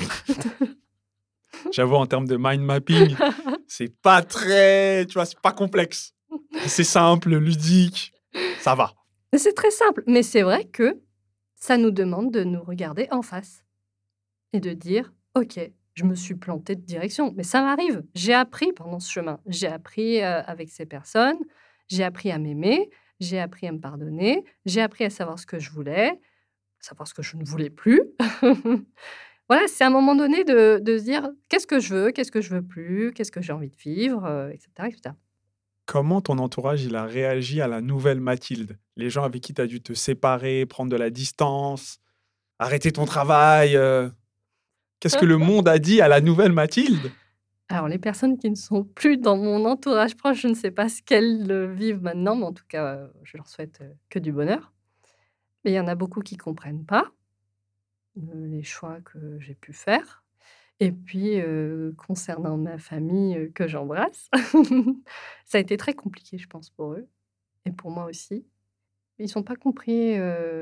Speaker 2: J'avoue, en termes de mind mapping, c'est pas très, tu vois, c'est pas complexe. C'est simple, ludique, ça va.
Speaker 1: C'est très simple, mais c'est vrai que ça nous demande de nous regarder en face et de dire: «OK, je me suis plantée de direction». Mais ça m'arrive. J'ai appris pendant ce chemin. J'ai appris, avec ces personnes, j'ai appris à m'aimer, j'ai appris à me pardonner, j'ai appris à savoir ce que je voulais, savoir ce que je ne voulais plus. Voilà, c'est à un moment donné de se dire: «Qu'est-ce que je veux? Qu'est-ce que je veux plus? Qu'est-ce que j'ai envie de vivre?» et cetera et cetera.
Speaker 2: Comment ton entourage, il a réagi à la nouvelle Mathilde? Les gens avec qui tu as dû te séparer, prendre de la distance, arrêter ton travail, qu'est-ce que le monde a dit à la nouvelle Mathilde?
Speaker 1: Alors les personnes qui ne sont plus dans mon entourage proche, je ne sais pas ce qu'elles, vivent maintenant, mais en tout cas, je leur souhaite, que du bonheur. Mais il y en a beaucoup qui comprennent pas, les choix que j'ai pu faire et puis, concernant ma famille, que j'embrasse, ça a été très compliqué, je pense, pour eux et pour moi aussi. Ils ont pas compris,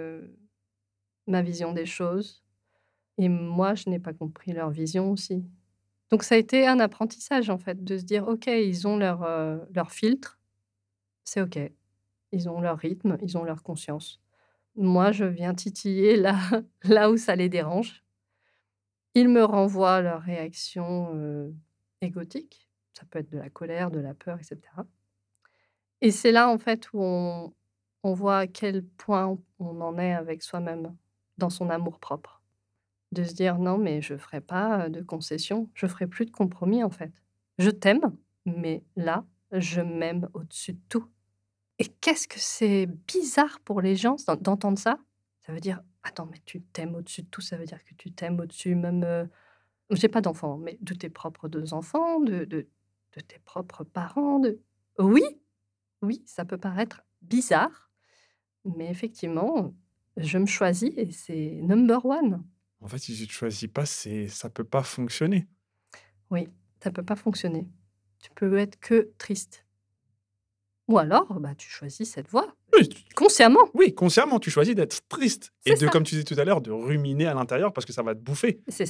Speaker 1: ma vision des choses et moi, je n'ai pas compris leur vision aussi. Donc ça a été un apprentissage, en fait, de se dire: «OK, ils ont leur filtre, c'est OK. Ils ont leur rythme, ils ont leur conscience. Moi, je viens titiller là là où ça les dérange». Ils me renvoient leurs réactions, égotiques. Ça peut être de la colère, de la peur et cetera et c'est là, en fait, où on voit à quel point on en est avec soi-même, dans son amour-propre. De se dire: «Non, mais je ferai pas, de concessions, je ferai plus de compromis, en fait. Je t'aime, mais là, je m'aime au-dessus de tout». Et qu'est-ce que c'est bizarre pour les gens d'entendre ça? Ça veut dire: «Attends, mais tu t'aimes au-dessus de tout, ça veut dire que tu t'aimes au-dessus même, J'ai pas d'enfants, mais de tes propres 2 enfants, de tes propres parents, de oui, oui, ça peut paraître bizarre, mais effectivement, je me choisis et c'est number one.
Speaker 2: En fait, si tu te choisis pas, ça peut pas fonctionner.
Speaker 1: Oui, ça peut pas fonctionner. Tu peux être que triste ou alors, bah, tu choisis cette voie,
Speaker 2: Oui,
Speaker 1: consciemment,
Speaker 2: oui, consciemment, tu choisis d'être triste et
Speaker 1: c'est
Speaker 2: de,
Speaker 1: ça,
Speaker 2: comme tu disais tout à l'heure, de ruminer à l'intérieur parce que ça va te bouffer.
Speaker 1: c'est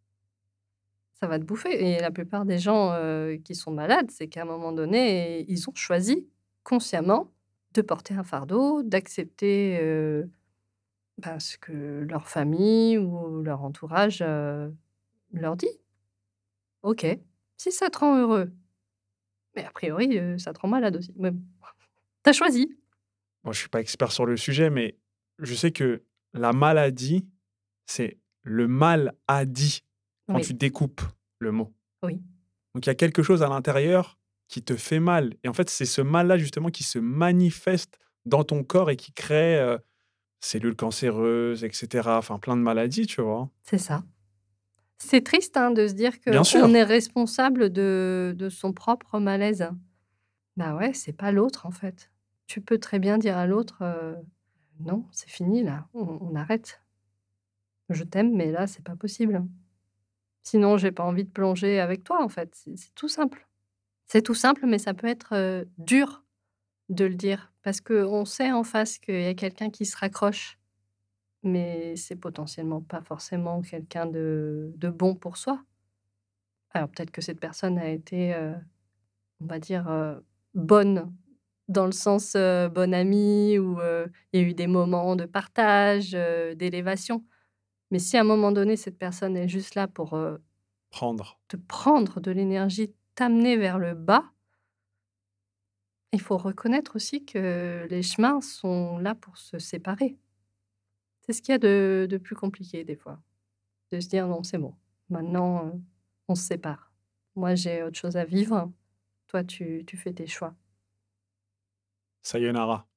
Speaker 1: ça va te bouffer et la plupart des gens, qui sont malades, c'est qu'à un moment donné, ils ont choisi consciemment de porter un fardeau, d'accepter, bah, ce que leur famille ou leur entourage, leur dit. OK, si ça te rend heureux, mais a priori, ça te rend malade aussi, mais bon, tu choisi.
Speaker 2: Moi, je suis pas expert sur le sujet, mais je sais que la maladie, c'est le mal a dit quand
Speaker 1: Oui,
Speaker 2: tu découpes le mot.
Speaker 1: oui,
Speaker 2: Donc il y a quelque chose à l'intérieur qui te fait mal et en fait, c'est ce mal-là justement qui se manifeste dans ton corps et qui crée, cellules cancéreuses et cetera, enfin plein de maladies, tu vois?
Speaker 1: c'est ça. C'est triste, hein, de se dire
Speaker 2: Bien
Speaker 1: qu'on
Speaker 2: sûr,
Speaker 1: est responsable de son propre malaise. Bah, ouais, c'est pas l'autre, en fait. Tu peux très bien dire à l'autre, «Non, c'est fini là, on arrête. Je t'aime, mais là, c'est pas possible. Sinon, j'ai pas envie de plonger avec toi», en fait. C'est tout simple. C'est tout simple, mais ça peut être, dur de le dire parce qu'on sait en face qu'il y a quelqu'un qui se raccroche, mais c'est potentiellement pas forcément quelqu'un de bon pour soi. Alors peut-être que cette personne a été, on va dire, bonne dans le sens, bonne amie ou, il y a eu des moments de partage, d'élévation. Mais si à un moment donné, cette personne est juste là pour,
Speaker 2: prendre.
Speaker 1: te prendre de l'énergie, t'amener vers le bas, il faut reconnaître aussi que les chemins sont là pour se séparer. C'est ce qu'il y a de plus compliqué des fois, de se dire: «Non, c'est bon, maintenant, on se sépare. Moi, j'ai autre chose à vivre, toi, tu fais tes choix».
Speaker 2: Sayonara.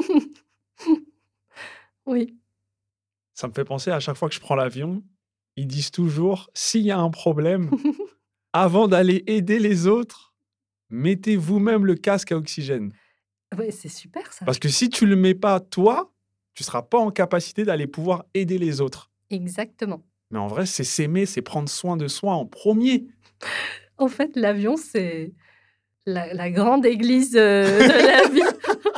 Speaker 1: Oui.
Speaker 2: Ça me fait penser à chaque fois que je prends l'avion, ils disent toujours: «S'il y a un problème, avant d'aller aider les autres, mettez vous-même le casque à oxygène».
Speaker 1: Ouais, c'est super ça.
Speaker 2: Parce que si tu le mets pas toi, tu seras pas en capacité d'aller pouvoir aider les autres.
Speaker 1: Exactement.
Speaker 2: Mais en vrai, c'est s'aimer, c'est prendre soin de soi en premier.
Speaker 1: En fait, l'avion, c'est la grande église, de la vie.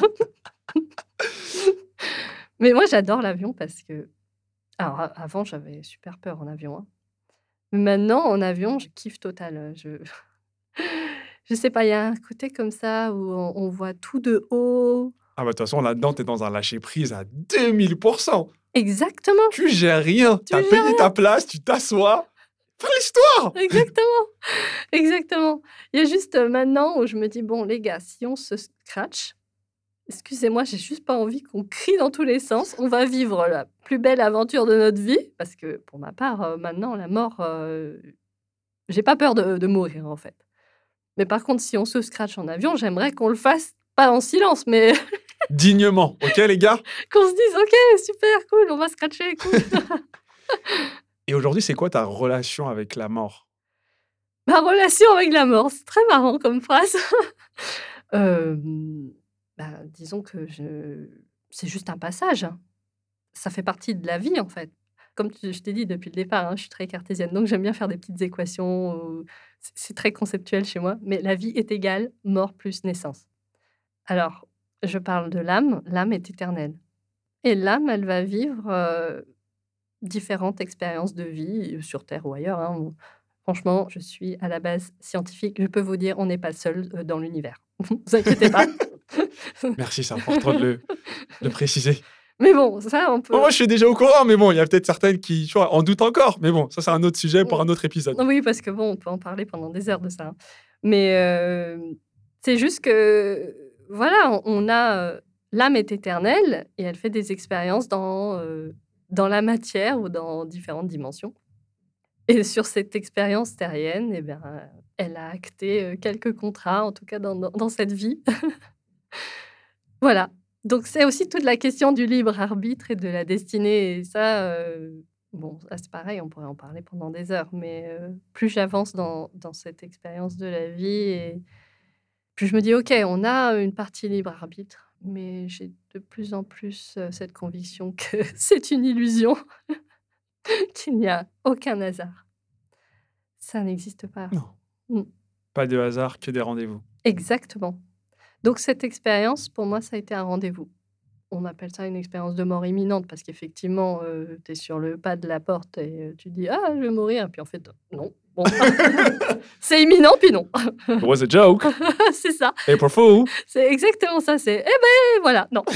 Speaker 1: Mais moi, j'adore l'avion parce que alors a avant, j'avais super peur en avion, hein. Maintenant, en avion, je kiffe total, je sais pas, il y a un côté comme ça où on voit tout de haut.
Speaker 2: Ah bah, de toute façon, là-dedans, tu es dans un lâcher-prise à 2000.
Speaker 1: Exactement,
Speaker 2: Tu gères rien,
Speaker 1: tu
Speaker 2: tu as payé
Speaker 1: gères
Speaker 2: ta place, tu t'assois. Fin de l'histoire!
Speaker 1: exactement, exactement. Il y a juste, maintenant où je me dis: «Bon les gars, si on se scratch, excusez-moi, j'ai juste pas envie qu'on crie dans tous les sens. On va vivre la plus belle aventure de notre vie», parce que pour ma part, maintenant la mort, j'ai pas peur de mourir, en fait. Mais par contre, si on se scratch en avion, j'aimerais qu'on le fasse pas en silence, mais
Speaker 2: Dignement, OK les gars?
Speaker 1: qu'on se dise: «OK, super, cool, on va scratcher, cool».
Speaker 2: Et aujourd'hui, c'est quoi ta relation avec la mort?
Speaker 1: Ma relation avec la mort, c'est très marrant comme phrase. Hem, bah, disons que je c'est juste un passage. Ça fait partie de la vie, en fait. Comme je t'ai dit depuis le départ, hein, je suis très cartésienne, donc j'aime bien faire des petites équations, c'est très conceptuel chez moi, mais la vie est égale mort plus naissance. Alors, je parle de l'âme, l'âme est éternelle et l'âme, elle va vivre, différentes expériences de vie, sur terre ou ailleurs, hein. Franchement, je suis à la base scientifique, je peux vous dire, on n'est pas seul, dans l'univers. Vous inquiétez pas.
Speaker 2: Merci, c'est important de le préciser.
Speaker 1: Mais bon, ça on
Speaker 2: Moi,
Speaker 1: peut
Speaker 2: je suis déjà au courant, mais bon, il y a peut-être certaines qui, tu vois, en doutent encore. Mais bon, ça, c'est un autre sujet pour un autre épisode.
Speaker 1: oui, parce que bon, on peut en parler pendant des heures de ça, hein. Mais, c'est juste que, voilà, on a, l'âme est éternelle et elle fait des expériences dans la matière ou dans différentes dimensions et sur cette expérience terrienne et bien, elle a acté, quelques contrats, en tout cas dans cette vie. Voilà. Donc c'est aussi toute la question du libre arbitre et de la destinée et ça, Bon, là, c'est pareil, on pourrait en parler pendant des heures, mais plus j'avance dans cette expérience de la vie et plus je me dis: «OK, on a une partie libre arbitre», mais j'ai de plus en plus, cette conviction que c'est une illusion, qu'il n'y a aucun hasard. Ça n'existe pas.
Speaker 2: Non,
Speaker 1: Mmh,
Speaker 2: pas de hasard, que des rendez-vous.
Speaker 1: exactement. Donc cette expérience, pour moi, ça a été un rendez-vous. On appelle ça une expérience de mort imminente parce qu'effectivement, tu es sur le pas de la porte et tu dis: «Ah, je vais mourir» puis en fait, non. Bon, c'est imminent puis non.
Speaker 2: It was a joke,
Speaker 1: C'est ça,
Speaker 2: April Fool!
Speaker 1: c'est exactement ça, c'est: «Eh beh, voilà, non».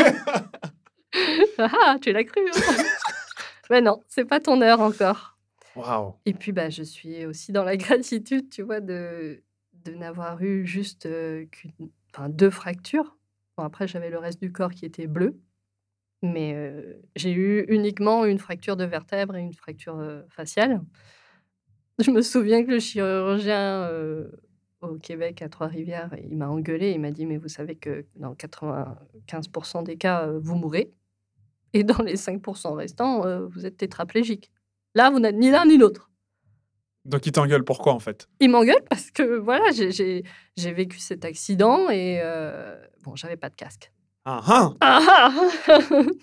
Speaker 1: «Ah ah, tu l'as cru, hein?» Mais non, c'est pas ton heure encore.
Speaker 2: Waouh!
Speaker 1: Et puis, bah, je suis aussi dans la gratitude, tu vois, de n'avoir eu juste, qu'une enfin 2 fractures. Bon après j'avais le reste du corps qui était bleu, mais j'ai eu uniquement une fracture de vertèbre et une fracture, faciale. Je me souviens que le chirurgien, au Québec, à Trois-Rivières, il m'a engueulée, il m'a dit: «Mais vous savez que dans 95 des cas, vous mourrez et dans les 5 restants, vous êtes tétraplégique. Là, vous n'êtes ni l'un ni l'autre».
Speaker 2: Donc il t'engueule pourquoi, en fait?
Speaker 1: Il m'engueule parce que voilà, j'ai vécu cet accident et bon, j'avais pas de casque.
Speaker 2: Ah ah!
Speaker 1: Ah ah!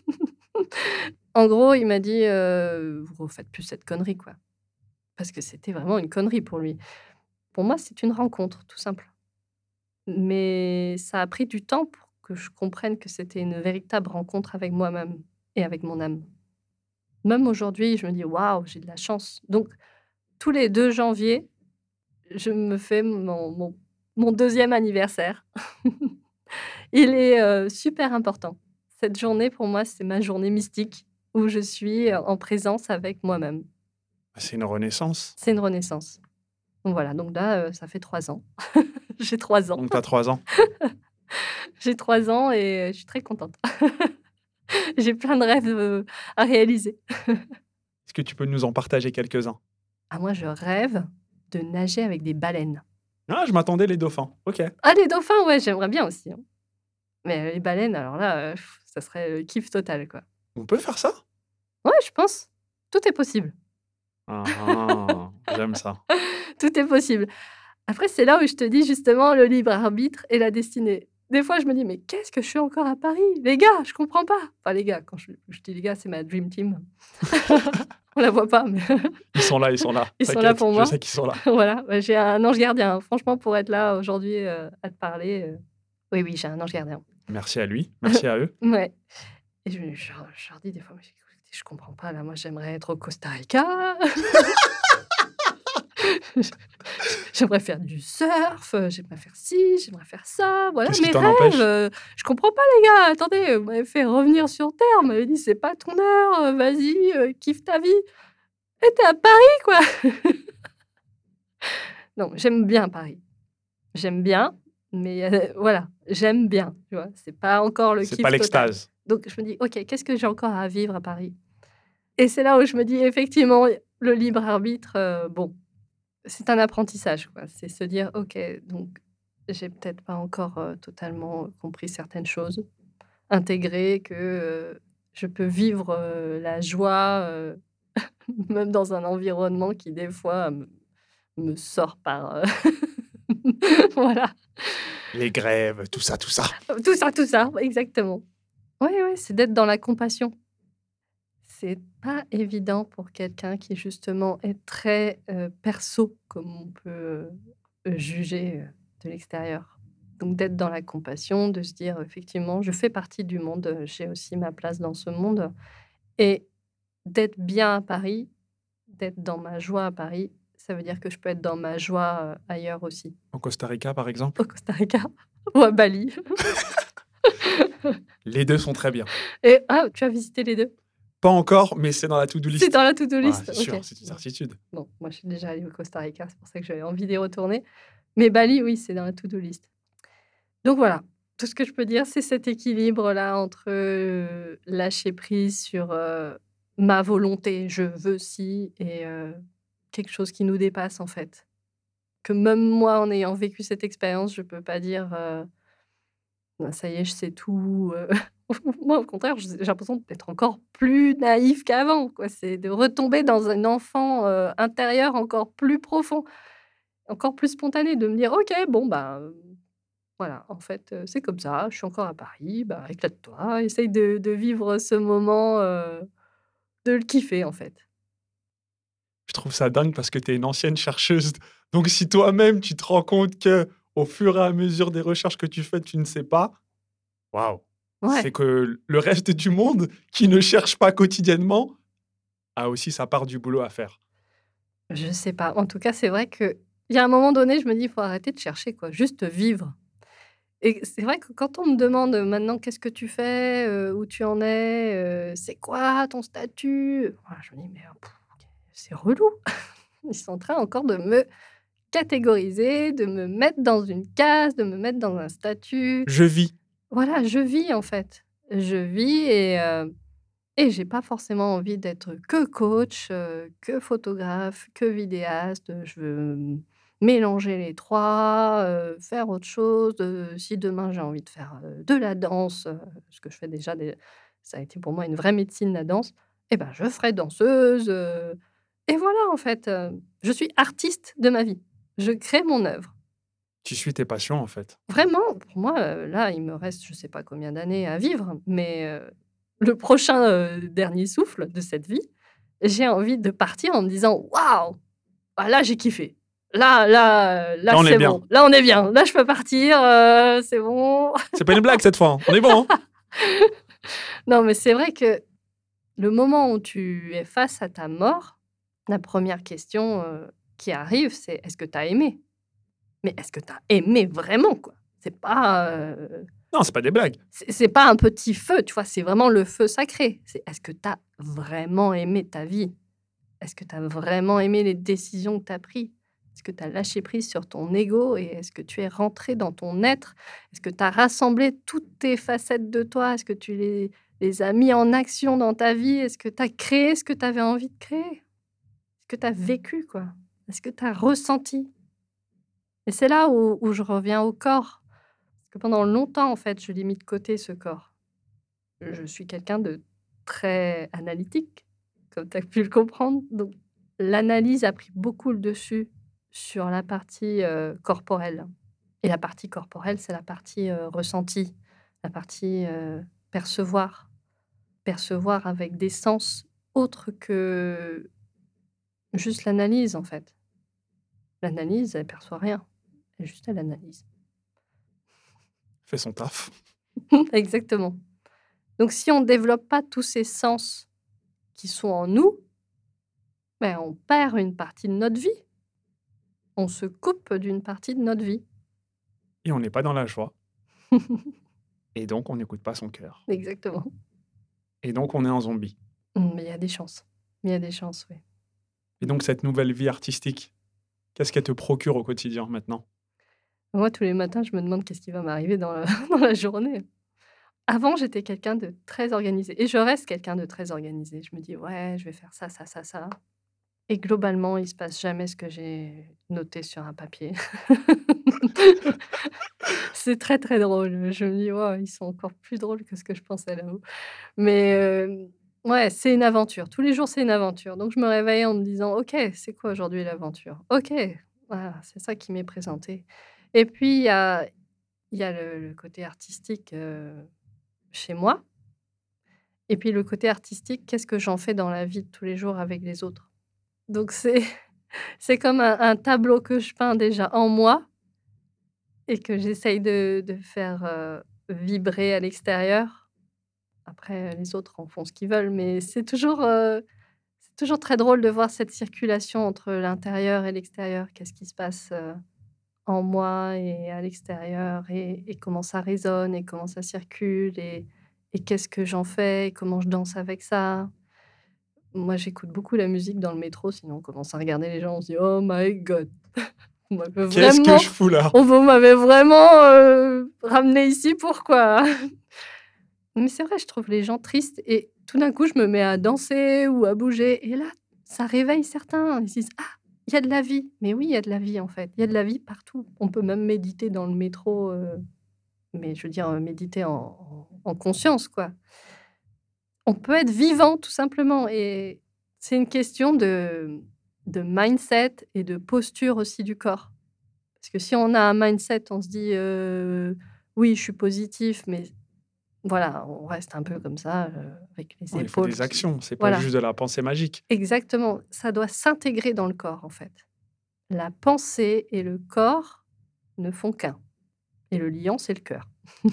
Speaker 1: En gros, il m'a dit: «Vous refaites plus cette connerie, quoi». Parce que c'était vraiment une connerie pour lui. Pour moi, c'est une rencontre, tout simple. Mais ça a pris du temps pour que je comprenne que c'était une véritable rencontre avec moi-même et avec mon âme. Même aujourd'hui, je me dis: «Waouh, j'ai de la chance». Donc tous les 2 janvier, je me fais mon 2e anniversaire. Il est, super important. Cette journée, pour moi, c'est ma journée mystique où je suis, en présence avec moi-même.
Speaker 2: C'est une renaissance.
Speaker 1: C'est une renaissance. Donc voilà, donc là, ça fait 3 ans. J'ai 3 ans.
Speaker 2: Donc tu as 3 ans.
Speaker 1: J'ai 3 ans et je suis très contente. J'ai plein de rêves, à réaliser.
Speaker 2: Est-ce que tu peux nous en partager quelques-uns?
Speaker 1: Ah moi, je rêve de nager avec des baleines.
Speaker 2: Ah, je m'attendais les dauphins. OK.
Speaker 1: Ah les dauphins, ouais, j'aimerais bien aussi, hein. Mais les baleines, alors là, ça serait le kiff total, quoi.
Speaker 2: On peut faire ça?
Speaker 1: Ouais, je pense. Tout est possible.
Speaker 2: Ah ah, j'aime ça.
Speaker 1: Tout est possible. Après, c'est là où je te dis justement le libre arbitre et la destinée. Des fois, je me dis: «Mais qu'est-ce que je fais encore à Paris? Les gars, je comprends pas». Enfin les gars, quand je dis les gars, c'est ma dream team. On la voit pas, mais
Speaker 2: Ils sont là.
Speaker 1: ils sont là
Speaker 2: T'inquiète,
Speaker 1: pour
Speaker 2: je
Speaker 1: moi.
Speaker 2: sais qu'ils sont là.
Speaker 1: Voilà, bah, j'ai un ange gardien, hein. Franchement, pour être là aujourd'hui, à te parler, oui, oui, j'ai un ange gardien.
Speaker 2: Merci à lui, merci à eux.
Speaker 1: Ouais et je leur dis des fois: «Mais écoutez, je comprends pas là, moi j'aimerais être au Costa Rica». J'aimerais faire du surf, j'aimerais faire ci, j'aimerais faire ça, voilà
Speaker 2: Qu'est-ce qui
Speaker 1: mes
Speaker 2: t'en
Speaker 1: rêves,
Speaker 2: empêche?
Speaker 1: je comprends pas les gars, attendez, vous m'avez fait revenir sur terre, vous m'avez dit: «C'est pas ton heure, vas-y, kiffe ta vie» et tu à Paris quoi! Non, j'aime bien Paris. J'aime bien, mais voilà, j'aime bien, tu vois? C'est pas encore le
Speaker 2: C'est pas
Speaker 1: kiff total.
Speaker 2: l'extase.
Speaker 1: Donc je me dis: «OK, qu'est-ce que j'ai encore à vivre à Paris?» Et c'est là où je me dis: «Effectivement, le libre arbitre, bon». C'est un apprentissage, quoi. C'est se dire: «OK, donc j'ai peut-être pas encore, totalement compris certaines choses, intégrer que, je peux vivre, la joie, même dans un environnement qui des fois me sort par, voilà,
Speaker 2: Les grèves, tout ça, tout ça.
Speaker 1: tout ça, exactement. Oui, oui, c'est d'être dans la compassion. C'est pas évident pour quelqu'un qui justement est très, perso comme on peut, juger, de l'extérieur. Donc d'être dans la compassion, de se dire: «Effectivement, je fais partie du monde, j'ai aussi ma place dans ce monde» et d'être bien à Paris, d'être dans ma joie à Paris, ça veut dire que je peux être dans ma joie, ailleurs aussi.
Speaker 2: Au Costa Rica, par
Speaker 1: Au
Speaker 2: exemple?
Speaker 1: Costa Rica ou à Bali.
Speaker 2: Les 2 sont très bien.
Speaker 1: Et ah, tu as visité les 2.
Speaker 2: Pas encore, mais c'est dans la to-do
Speaker 1: C'est
Speaker 2: list.
Speaker 1: dans la to do
Speaker 2: Voilà,
Speaker 1: list?
Speaker 2: c'est
Speaker 1: OK.
Speaker 2: sûr, c'est une certitude.
Speaker 1: Bon, moi, je suis déjà allée au Costa Rica, c'est pour ça que j'avais envie d'y retourner. Mais Bali, oui, c'est dans la to-do list. Donc voilà, tout ce que je peux dire, c'est cet équilibre-là entre, lâcher prise sur, ma volonté, je veux ci et quelque chose qui nous dépasse, en fait. Que même moi, en ayant vécu cette expérience, je peux pas dire, «Bah, ça y est, je sais tout», Moi, au contraire, j'ai l'impression d'être encore plus naïf qu'avant, quoi. C'est de retomber dans un enfant, intérieur encore plus profond, encore plus spontané, de me dire: «OK, bon, bah, voilà, en fait, c'est comme ça, je suis encore à Paris, bah, éclate-toi, essaye de vivre ce moment, de le kiffer, en fait».
Speaker 2: Je trouve ça dingue parce que tu es une ancienne chercheuse. Donc si toi-même, tu te rends compte que au fur et à mesure des recherches que tu fais, tu ne sais pas, waouh!
Speaker 1: Ouais,
Speaker 2: C'est que le reste du monde qui ne cherche pas quotidiennement a aussi sa part du boulot à faire.
Speaker 1: je sais pas. En tout cas, c'est vrai qu'il y a un moment donné, je me dis: «Il faut arrêter de chercher, quoi, juste vivre». Et c'est vrai que quand on me demande, maintenant: «Qu'est-ce que tu fais? Où tu en es? C'est quoi ton statut?» Voilà, je me dis: «Mais, c'est relou». Ils sont en train encore de me catégoriser, de me mettre dans une case, de me mettre dans un statut.
Speaker 2: Je vis.
Speaker 1: Voilà, je vis, en fait. Je vis et j'ai pas forcément envie d'être que coach, que photographe, que vidéaste. Je veux mélanger les 3, faire autre chose. Si demain j'ai envie de faire, de la danse, ce que je fais déjà ça a été pour moi une vraie médecine, la danse, et ben, je ferai danseuse, et voilà, en fait, je suis artiste de ma vie. Je crée mon œuvre.
Speaker 2: Tu suis tes passions, en fait.
Speaker 1: Vraiment, pour moi, là, il me reste je sais pas combien d'années à vivre, mais le prochain, dernier souffle de cette vie, j'ai envie de partir en me disant: «Waouh! Ah là, j'ai kiffé. Là,
Speaker 2: Là, on est
Speaker 1: c'est
Speaker 2: bien.
Speaker 1: bon. Là, on est bien. Là, je peux partir, c'est bon».
Speaker 2: C'est pas une blague cette fois, hein. On est bon, hein?
Speaker 1: Non, mais c'est vrai que le moment où tu es face à ta mort, la première question, qui arrive, c'est: «Est-ce que tu as aimé?» Mais est-ce que tu as aimé vraiment, quoi? C'est pas,
Speaker 2: Non, c'est pas des blagues.
Speaker 1: c'est pas un petit feu, tu vois? C'est vraiment le feu sacré. C'est: est-ce que tu as vraiment aimé ta vie? Est-ce que tu as vraiment aimé les décisions que tu as prises? Est-ce que tu as lâché prise sur ton ego et est-ce que tu es rentré dans ton être? Est-ce que tu as rassemblé toutes tes facettes de toi? Est-ce que tu les as mis en action dans ta vie? Est-ce que tu as créé ce que tu avais envie de créer? Est-ce que tu as vécu, quoi? Est-ce que tu as ressenti? Et c'est là où je reviens au corps. Parce que pendant longtemps, en fait, je l'ai mis de côté, ce corps. Je suis quelqu'un de très analytique, comme tu as pu le comprendre. Donc l'analyse a pris beaucoup le dessus sur la partie, corporelle. Et la partie corporelle, c'est la partie, ressenti, la partie, percevoir. Percevoir avec des sens autres que juste l'analyse, en fait. L'analyse, elle perçoit rien, elle analyse.
Speaker 2: Fait son taf.
Speaker 1: Exactement. Donc si on ne développe pas tous ces sens qui sont en nous, ben, on perd une partie de notre vie. On se coupe d'une partie de notre vie.
Speaker 2: Et on n'est pas dans la joie. Et donc, on n'écoute pas son cœur.
Speaker 1: Exactement.
Speaker 2: Et donc, on est un zombie.
Speaker 1: Mais il y a des chances. Il y a des chances, oui.
Speaker 2: Et donc, cette nouvelle vie artistique, qu'est-ce qu'elle te procure au quotidien maintenant?
Speaker 1: Moi, tous les matins, je me demande qu'est-ce qui va m'arriver dans la dans la journée. Avant, j'étais quelqu'un de très organisé et je reste quelqu'un de très organisé. Je me dis: «Ouais, je vais faire ça, ça, ça, ça», et globalement, il se passe jamais ce que j'ai noté sur un papier. C'est très, très drôle. Je me dis: «Waouh, ils sont encore plus drôles que ce que je pensais là-haut». Mais ouais, c'est une aventure. Tous les jours, c'est une aventure. Donc je me réveille en me disant: «OK, c'est quoi aujourd'hui l'aventure? OK, voilà, c'est ça qui m'est présenté». Et puis il y a le côté artistique, chez moi, et puis le côté artistique, qu'est-ce que j'en fais dans la vie de tous les jours avec les autres? Donc c'est c'est comme un tableau que je peins déjà en moi et que j'essaye de faire, vibrer à l'extérieur. Après, les autres en font ce qu'ils veulent, mais c'est toujours très drôle de voir cette circulation entre l'intérieur et l'extérieur. Qu'est-ce qui se passe, en moi et à l'extérieur, et comment ça résonne et comment ça circule, et qu'est-ce que j'en fais et comment je danse avec ça. Moi, j'écoute beaucoup la musique dans le métro, sinon on commence à regarder les gens, on se dit: «Oh my god, vous m'avez
Speaker 2: Qu'est-ce que
Speaker 1: vraiment
Speaker 2: je fous là?
Speaker 1: vous m'avez vraiment, ramené ici, pourquoi?» Mais c'est vrai, je trouve les gens tristes et tout d'un coup, je me mets à danser ou à bouger et là, ça réveille certains. Ils se disent: «Ah, il y a de la vie». Mais oui, il y a de la vie, en fait. Il y a de la vie partout. On peut même méditer dans le métro, mais je veux dire méditer en conscience, quoi. On peut être vivant, tout simplement et c'est une question de mindset et de posture aussi du corps. Parce que si on a un mindset, on se dit, «Oui, je suis positif», mais voilà, on reste un peu comme ça, avec les
Speaker 2: Ouais, il faut
Speaker 1: épaules
Speaker 2: des
Speaker 1: qui
Speaker 2: actions, c'est pas
Speaker 1: voilà,
Speaker 2: juste de la pensée magique.
Speaker 1: exactement, ça doit s'intégrer dans le corps, en fait. La pensée et le corps ne font qu'un et le liant, c'est le cœur.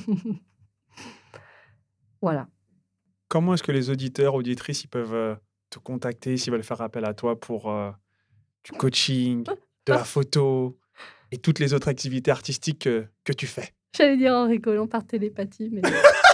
Speaker 1: Voilà.
Speaker 2: Comment est-ce que les auditeurs, auditrices, ils peuvent, te contacter s'ils veulent faire appel à toi pour, du coaching, de la photo et toutes les autres activités artistiques que tu fais?
Speaker 1: J'allais dire en rigolant par télépathie, mais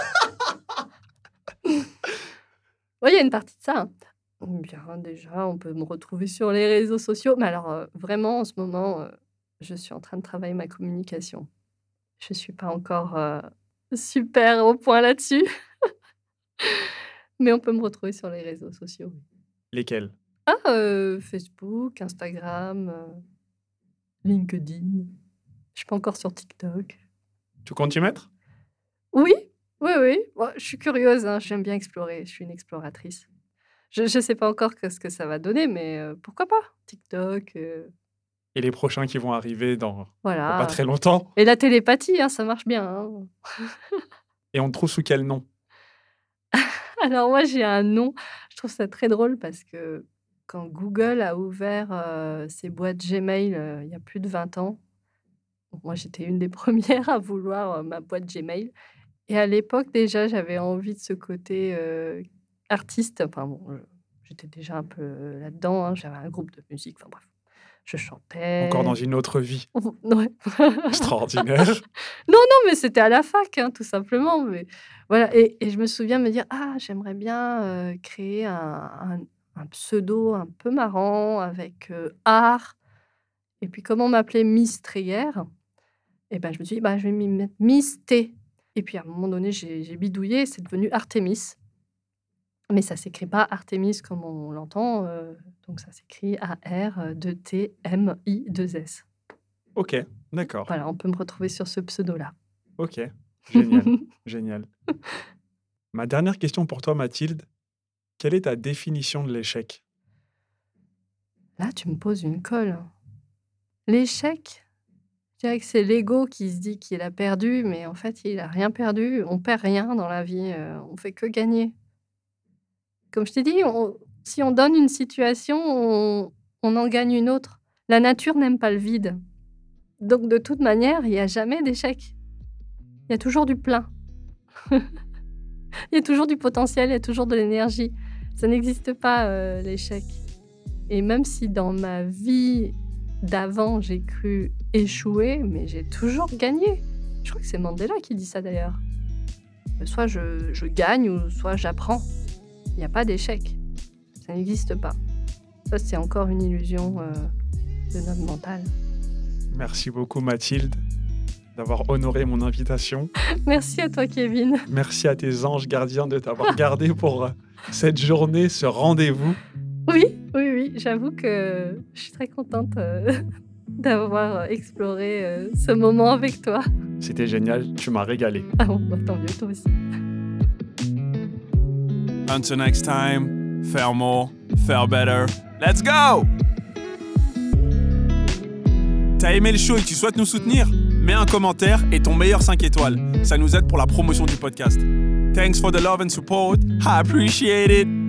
Speaker 1: oui, il y a une partie de ça, hein. Bien, déjà, on peut me retrouver sur les réseaux sociaux, mais alors, vraiment en ce moment, je suis en train de travailler ma communication. Je suis pas encore, super au point là-dessus, mais on peut me retrouver sur les réseaux sociaux, oui.
Speaker 2: Lesquels?
Speaker 1: Ah, Facebook, Instagram, LinkedIn. Je suis pas encore sur TikTok.
Speaker 2: Tu comptes t'y mettre?
Speaker 1: Oui, oui, oui. Bah, je suis curieuse, hein, j'aime bien explorer, je suis une exploratrice. Je sais pas encore ce que ça va donner, mais pourquoi pas? TikTok,
Speaker 2: Et les prochains qui vont arriver dans pas
Speaker 1: voilà
Speaker 2: très longtemps?
Speaker 1: et la télépathie, hein, ça marche bien, hein.
Speaker 2: Et on te trouve sous quel nom?
Speaker 1: Alors moi, j'ai un nom, je trouve ça très drôle parce que quand Google a ouvert, ses boîtes Gmail, il y a plus de 20 ans, donc moi, j'étais une des premières à vouloir, ma boîte Gmail et à l'époque déjà, j'avais envie de ce côté, artiste. Enfin bon, j'étais déjà un peu, là-dedans, hein, j'avais un groupe de musique, enfin bref. Je
Speaker 2: Encore dans
Speaker 1: chantais.
Speaker 2: une autre vie.
Speaker 1: Ouais.
Speaker 2: Extraordinaire.
Speaker 1: Non, non, mais c'était à la fac, hein, tout simplement, mais voilà et je me souviens me dire: «Ah, j'aimerais bien, créer un pseudo un peu marrant avec, art» et puis comme on m'appelait Miss Treyer et ben, je me suis dit: «Bah, je vais m'y mettre Miss T» et puis à un moment donné, j'ai bidouillé et c'est devenu Artémis, mais ça s'écrit pas Artémis comme on l'entend, donc ça s'écrit AR2TMI2S.
Speaker 2: OK, d'accord.
Speaker 1: Voilà, on peut me retrouver sur ce pseudo-là.
Speaker 2: OK, génial, génial. Ma dernière question pour toi, Mathilde, quelle est ta définition de l'échec?
Speaker 1: Là, tu me poses une colle. L'échec, je dirais que c'est l'ego qui se dit qu'il a perdu, mais en fait, il a rien perdu. On perd rien dans la vie, on fait que gagner. Comme je t'ai dit, si on donne une situation, on en gagne une autre. La nature n'aime pas le vide. Donc de toute manière, il y a jamais d'échec. Il y a toujours du plein. Il y a toujours du potentiel, il y a toujours de l'énergie. Ça n'existe pas, l'échec. Et même si dans ma vie d'avant, j'ai cru échouer, mais j'ai toujours gagné. Je crois que c'est Mandela qui dit ça d'ailleurs. Soit je gagne ou soit j'apprends. Il n'y a pas d'échec. Ça n'existe pas. Ça, c'est encore une illusion, de notre mental.
Speaker 2: Merci beaucoup, Mathilde, d'avoir honoré mon invitation.
Speaker 1: Merci à toi, Kevin.
Speaker 2: Merci à tes anges gardiens de t'avoir gardé pour cette journée, ce rendez-vous.
Speaker 1: Oui, oui, oui, j'avoue que je suis très contente, d'avoir exploré, ce moment avec toi.
Speaker 2: C'était génial, tu m'as régalé.
Speaker 1: Ah bon, bah, tant mieux, toi aussi.
Speaker 2: Until next time, faire more, faire better. Let's go! T'as aimé le show et tu souhaites nous soutenir? Mets un commentaire et ton meilleur 5 étoiles. Ça nous aide pour la promotion du podcast. Thanks for the love and support. I appreciate it.